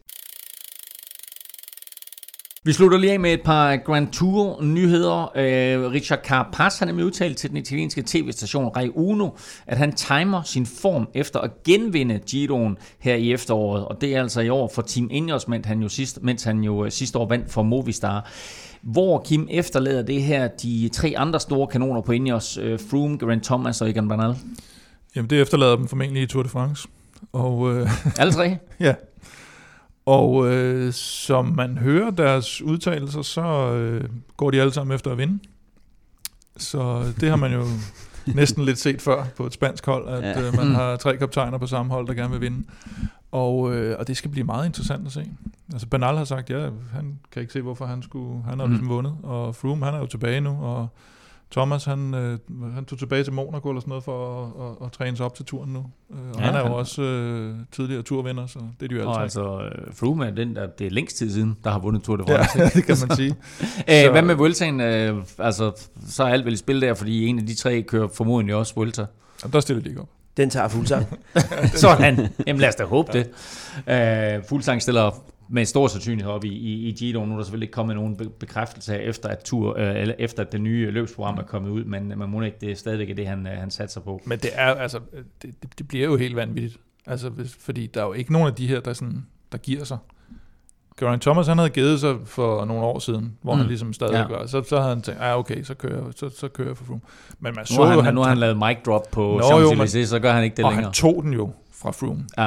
Vi slutter lige af med et par Grand Tour-nyheder. Richard Carapaz har nemlig udtalt til den italienske tv-station Rai Uno, at han timer sin form efter at genvinde Giroen her i efteråret. Og det er altså i år for Team Ineos, mens han jo sidste år vandt for Movistar. Hvor Kim efterlader det her de 3 andre store kanoner på Ineos, Froome, Geraint Thomas og Egan Bernal? Jamen det efterlader dem formentlig i Tour de France. Og, alle 3? Ja. Og som man hører deres udtalelser, så går de alle sammen efter at vinde. Så det har man jo næsten lidt set før på et spansk hold, at man har 3 kaptajner på samme hold, der gerne vil vinde. Og det skal blive meget interessant at se. Altså Bernal har sagt, han kan ikke se, hvorfor han har ligesom vundet. Og Froome, han er jo tilbage nu, og Thomas, han tog tilbage til Monaco eller sådan noget for at træne sig op til turen nu. Og han er jo også tidligere turvinder, så det er de jo alle. Og altså, Froome er den, det er længst tid siden, der har vundet Tour de France. Ja, det kan man sige. Hvad med Vueltaen? Så er alt vel i spil der, fordi en af de 3 kører formodentlig også Vuelta. Og der stiller de ikke op. Den tager Fuglsang. Sådan. Jamen lad os da håbe det. Fuglsang stiller med stor sandsynlighed op i Giro. Nu er der selvfølgelig ikke kommet nogen bekræftelse af, efter at det nye løbsprogram er kommet ud, men man må ikke, det er stadigvæk det, han satser på. Men det er altså, det bliver jo helt vanvittigt. Altså, fordi der er jo ikke nogen af de her, der giver sig. Geraint Thomas, han havde givet sig for nogle år siden, hvor han ligesom stadig var. Så havde han tænkt, okay, så kører jeg for Froome. Men man så nu har han lavet mic drop på Champs-Élysées, så gør han ikke det længere. Og han tog den jo fra Froome. Ja.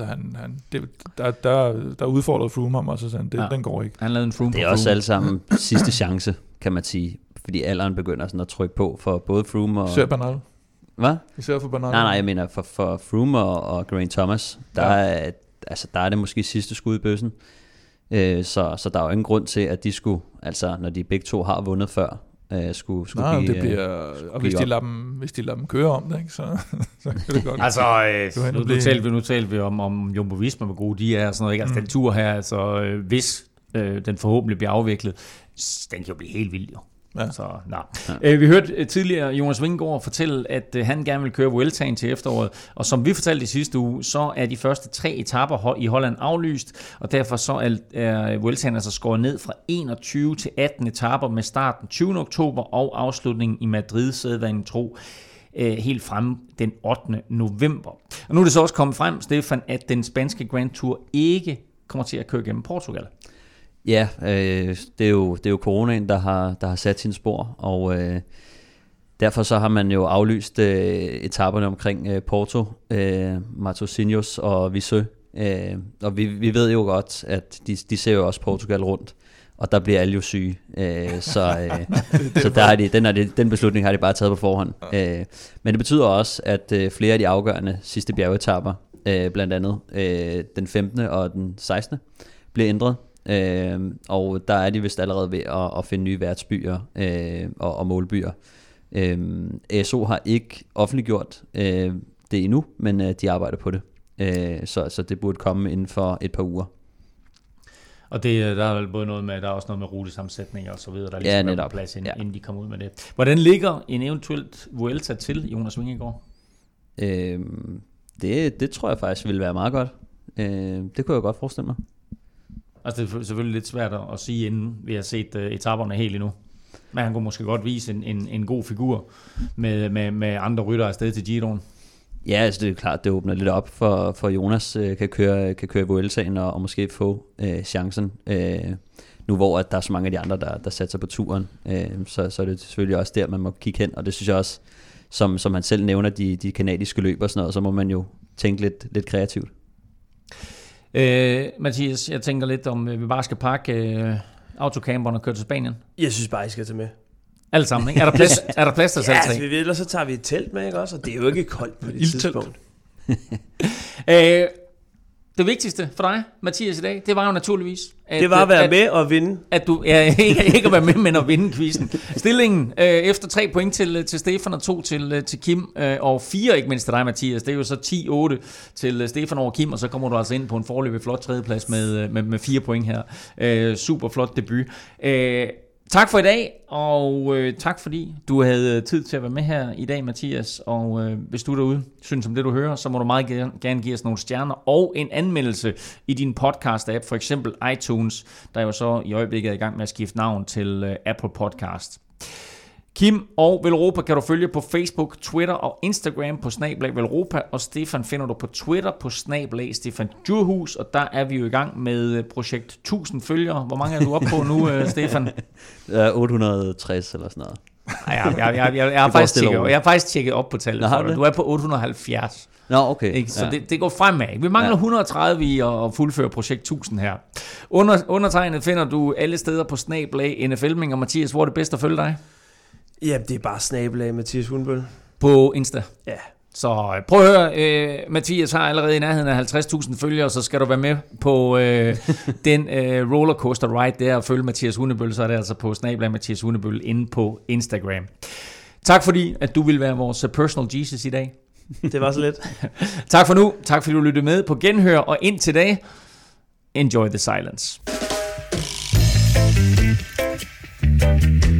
Der udfordrede Froome ham, og så sagde den går ikke. Han lavede en Froome. Det er også alle sammen sidste chance, kan man sige. Fordi alderen begynder sådan at trykke på for både Froome og... Især Bernal. Hvad? Især for Bernal. Nej, jeg mener for Froome og Geraint Thomas, der er det måske sidste skud i bøssen. Så der er jo ingen grund til, at de skulle, altså når de begge to har vundet før, skulle give, det bliver, og hvis de lader dem køre om det, ikke, så kan det godt. Altså, nu talte vi om Jumbo Visma, hvor gode de er, og sådan noget, ikke? Altså den tur her, altså hvis den forhåbentlig bliver afviklet, den kan jo blive helt vild jo. Ja. Så, vi hørte tidligere Jonas Vingegaard fortælle, at han gerne vil køre Vueltaen til efteråret, og som vi fortalte i sidste uge, så er de første 3 etaper i Holland aflyst, og derfor så er Vueltaen altså skåret ned fra 21 til 18 etaper med starten 20. oktober og afslutningen i Madrid, sædvanen tro, helt frem den 8. november. Og nu er det så også kommet frem, Stefan, at den spanske Grand Tour ikke kommer til at køre gennem Portugal. Ja, det er jo coronaen, der har sat sine spor, og derfor så har man jo aflyst etaperne omkring Porto, Matosinhos og Viseu. Og vi ved jo godt, at de ser jo også Portugal rundt, og der bliver alle jo syge. Så der har den beslutning har de bare taget på forhånd. Men det betyder også, at flere af de afgørende sidste bjergetapper, blandt andet den 15. og den 16. bliver ændret. Og der er de vist allerede ved at finde nye værtsbyer og målbyer. ASO har ikke offentliggjort det endnu, men de arbejder på det. Så det burde komme inden for et par uger. Og der er både noget med, der er også noget med rutesammensætning og så videre, der ligesom er på plads, inden de kommer ud med det. Hvordan ligger en eventuelt Vuelta til, Jonas Vingegaard? Det tror jeg faktisk ville være meget godt. Det kunne jeg godt forestille mig. Altså det er selvfølgelig lidt svært at sige, inden vi har set etaperne helt endnu. Men han kunne måske godt vise en god figur med andre ryttere afsted til Giroen. Ja, altså det er klart, det åbner lidt op for Jonas kan køre Vueltaen og måske få chancen. Nu hvor at der er så mange af de andre, der satser på turen, så er det selvfølgelig også der, man må kigge hen. Og det synes jeg også, som han selv nævner, de kanadiske løb og sådan noget, så må man jo tænke lidt kreativt. Mathias, jeg tænker lidt om, vi bare skal pakke autocamperen og køre til Spanien. Jeg synes bare, I skal tage med. Alle sammen, ikke? Er der plads til selv? Ja, altså, vi vil, og så tager vi et telt med, ikke også? Og det er jo ikke koldt på det tidspunkt. Det vigtigste for dig, Mathias, i dag, det var jo naturligvis... Det var at være med og vinde. At du ikke at være med, men at vinde quizzen. Stillingen efter 3 point til Stefan og 2 til Kim, og 4 ikke mindst til dig, Mathias. Det er jo så 10-8 til Stefan over Kim, og så kommer du altså ind på en foreløbig flot tredjeplads med 4 point her. Super flot debut. Tak for i dag, og tak fordi du havde tid til at være med her i dag, Mathias. Og hvis du derude synes om det, du hører, så må du meget gerne give os nogle stjerner og en anmeldelse i din podcast-app, for eksempel iTunes, der jo så i øjeblikket er i gang med at skifte navn til Apple Podcast. Kim og Velropa kan du følge på Facebook, Twitter og Instagram på @Velropa, og Stefan finder du på Twitter på @Stefan Djurhus, og der er vi jo i gang med projekt 1000 følgere. Hvor mange er du oppe på nu, Stefan? 860 eller sådan noget. Jeg har faktisk tjekket op på tallet for dig. Du er på 870. Nå, okay. Ikke? Så det går fremad. Vi mangler 130 i at fuldføre projekt 1000 her. Undertegnet finder du alle steder på @NFLming, og Mathias, hvor er det bedst at følge dig? Ja, det er bare Mathias Hundbøl. På Insta? Ja. Så prøv at høre, Mathias har allerede i nærheden af 50.000 følgere, så skal du være med på den rollercoaster ride der og følge Mathias Hundebøl, så er det altså på @Mathias Hundebøl inde på Instagram. Tak fordi, at du vil være vores personal Jesus i dag. Det var så lidt. Tak for nu. Tak fordi du lyttede med på Genhør, og indtil da, enjoy the silence.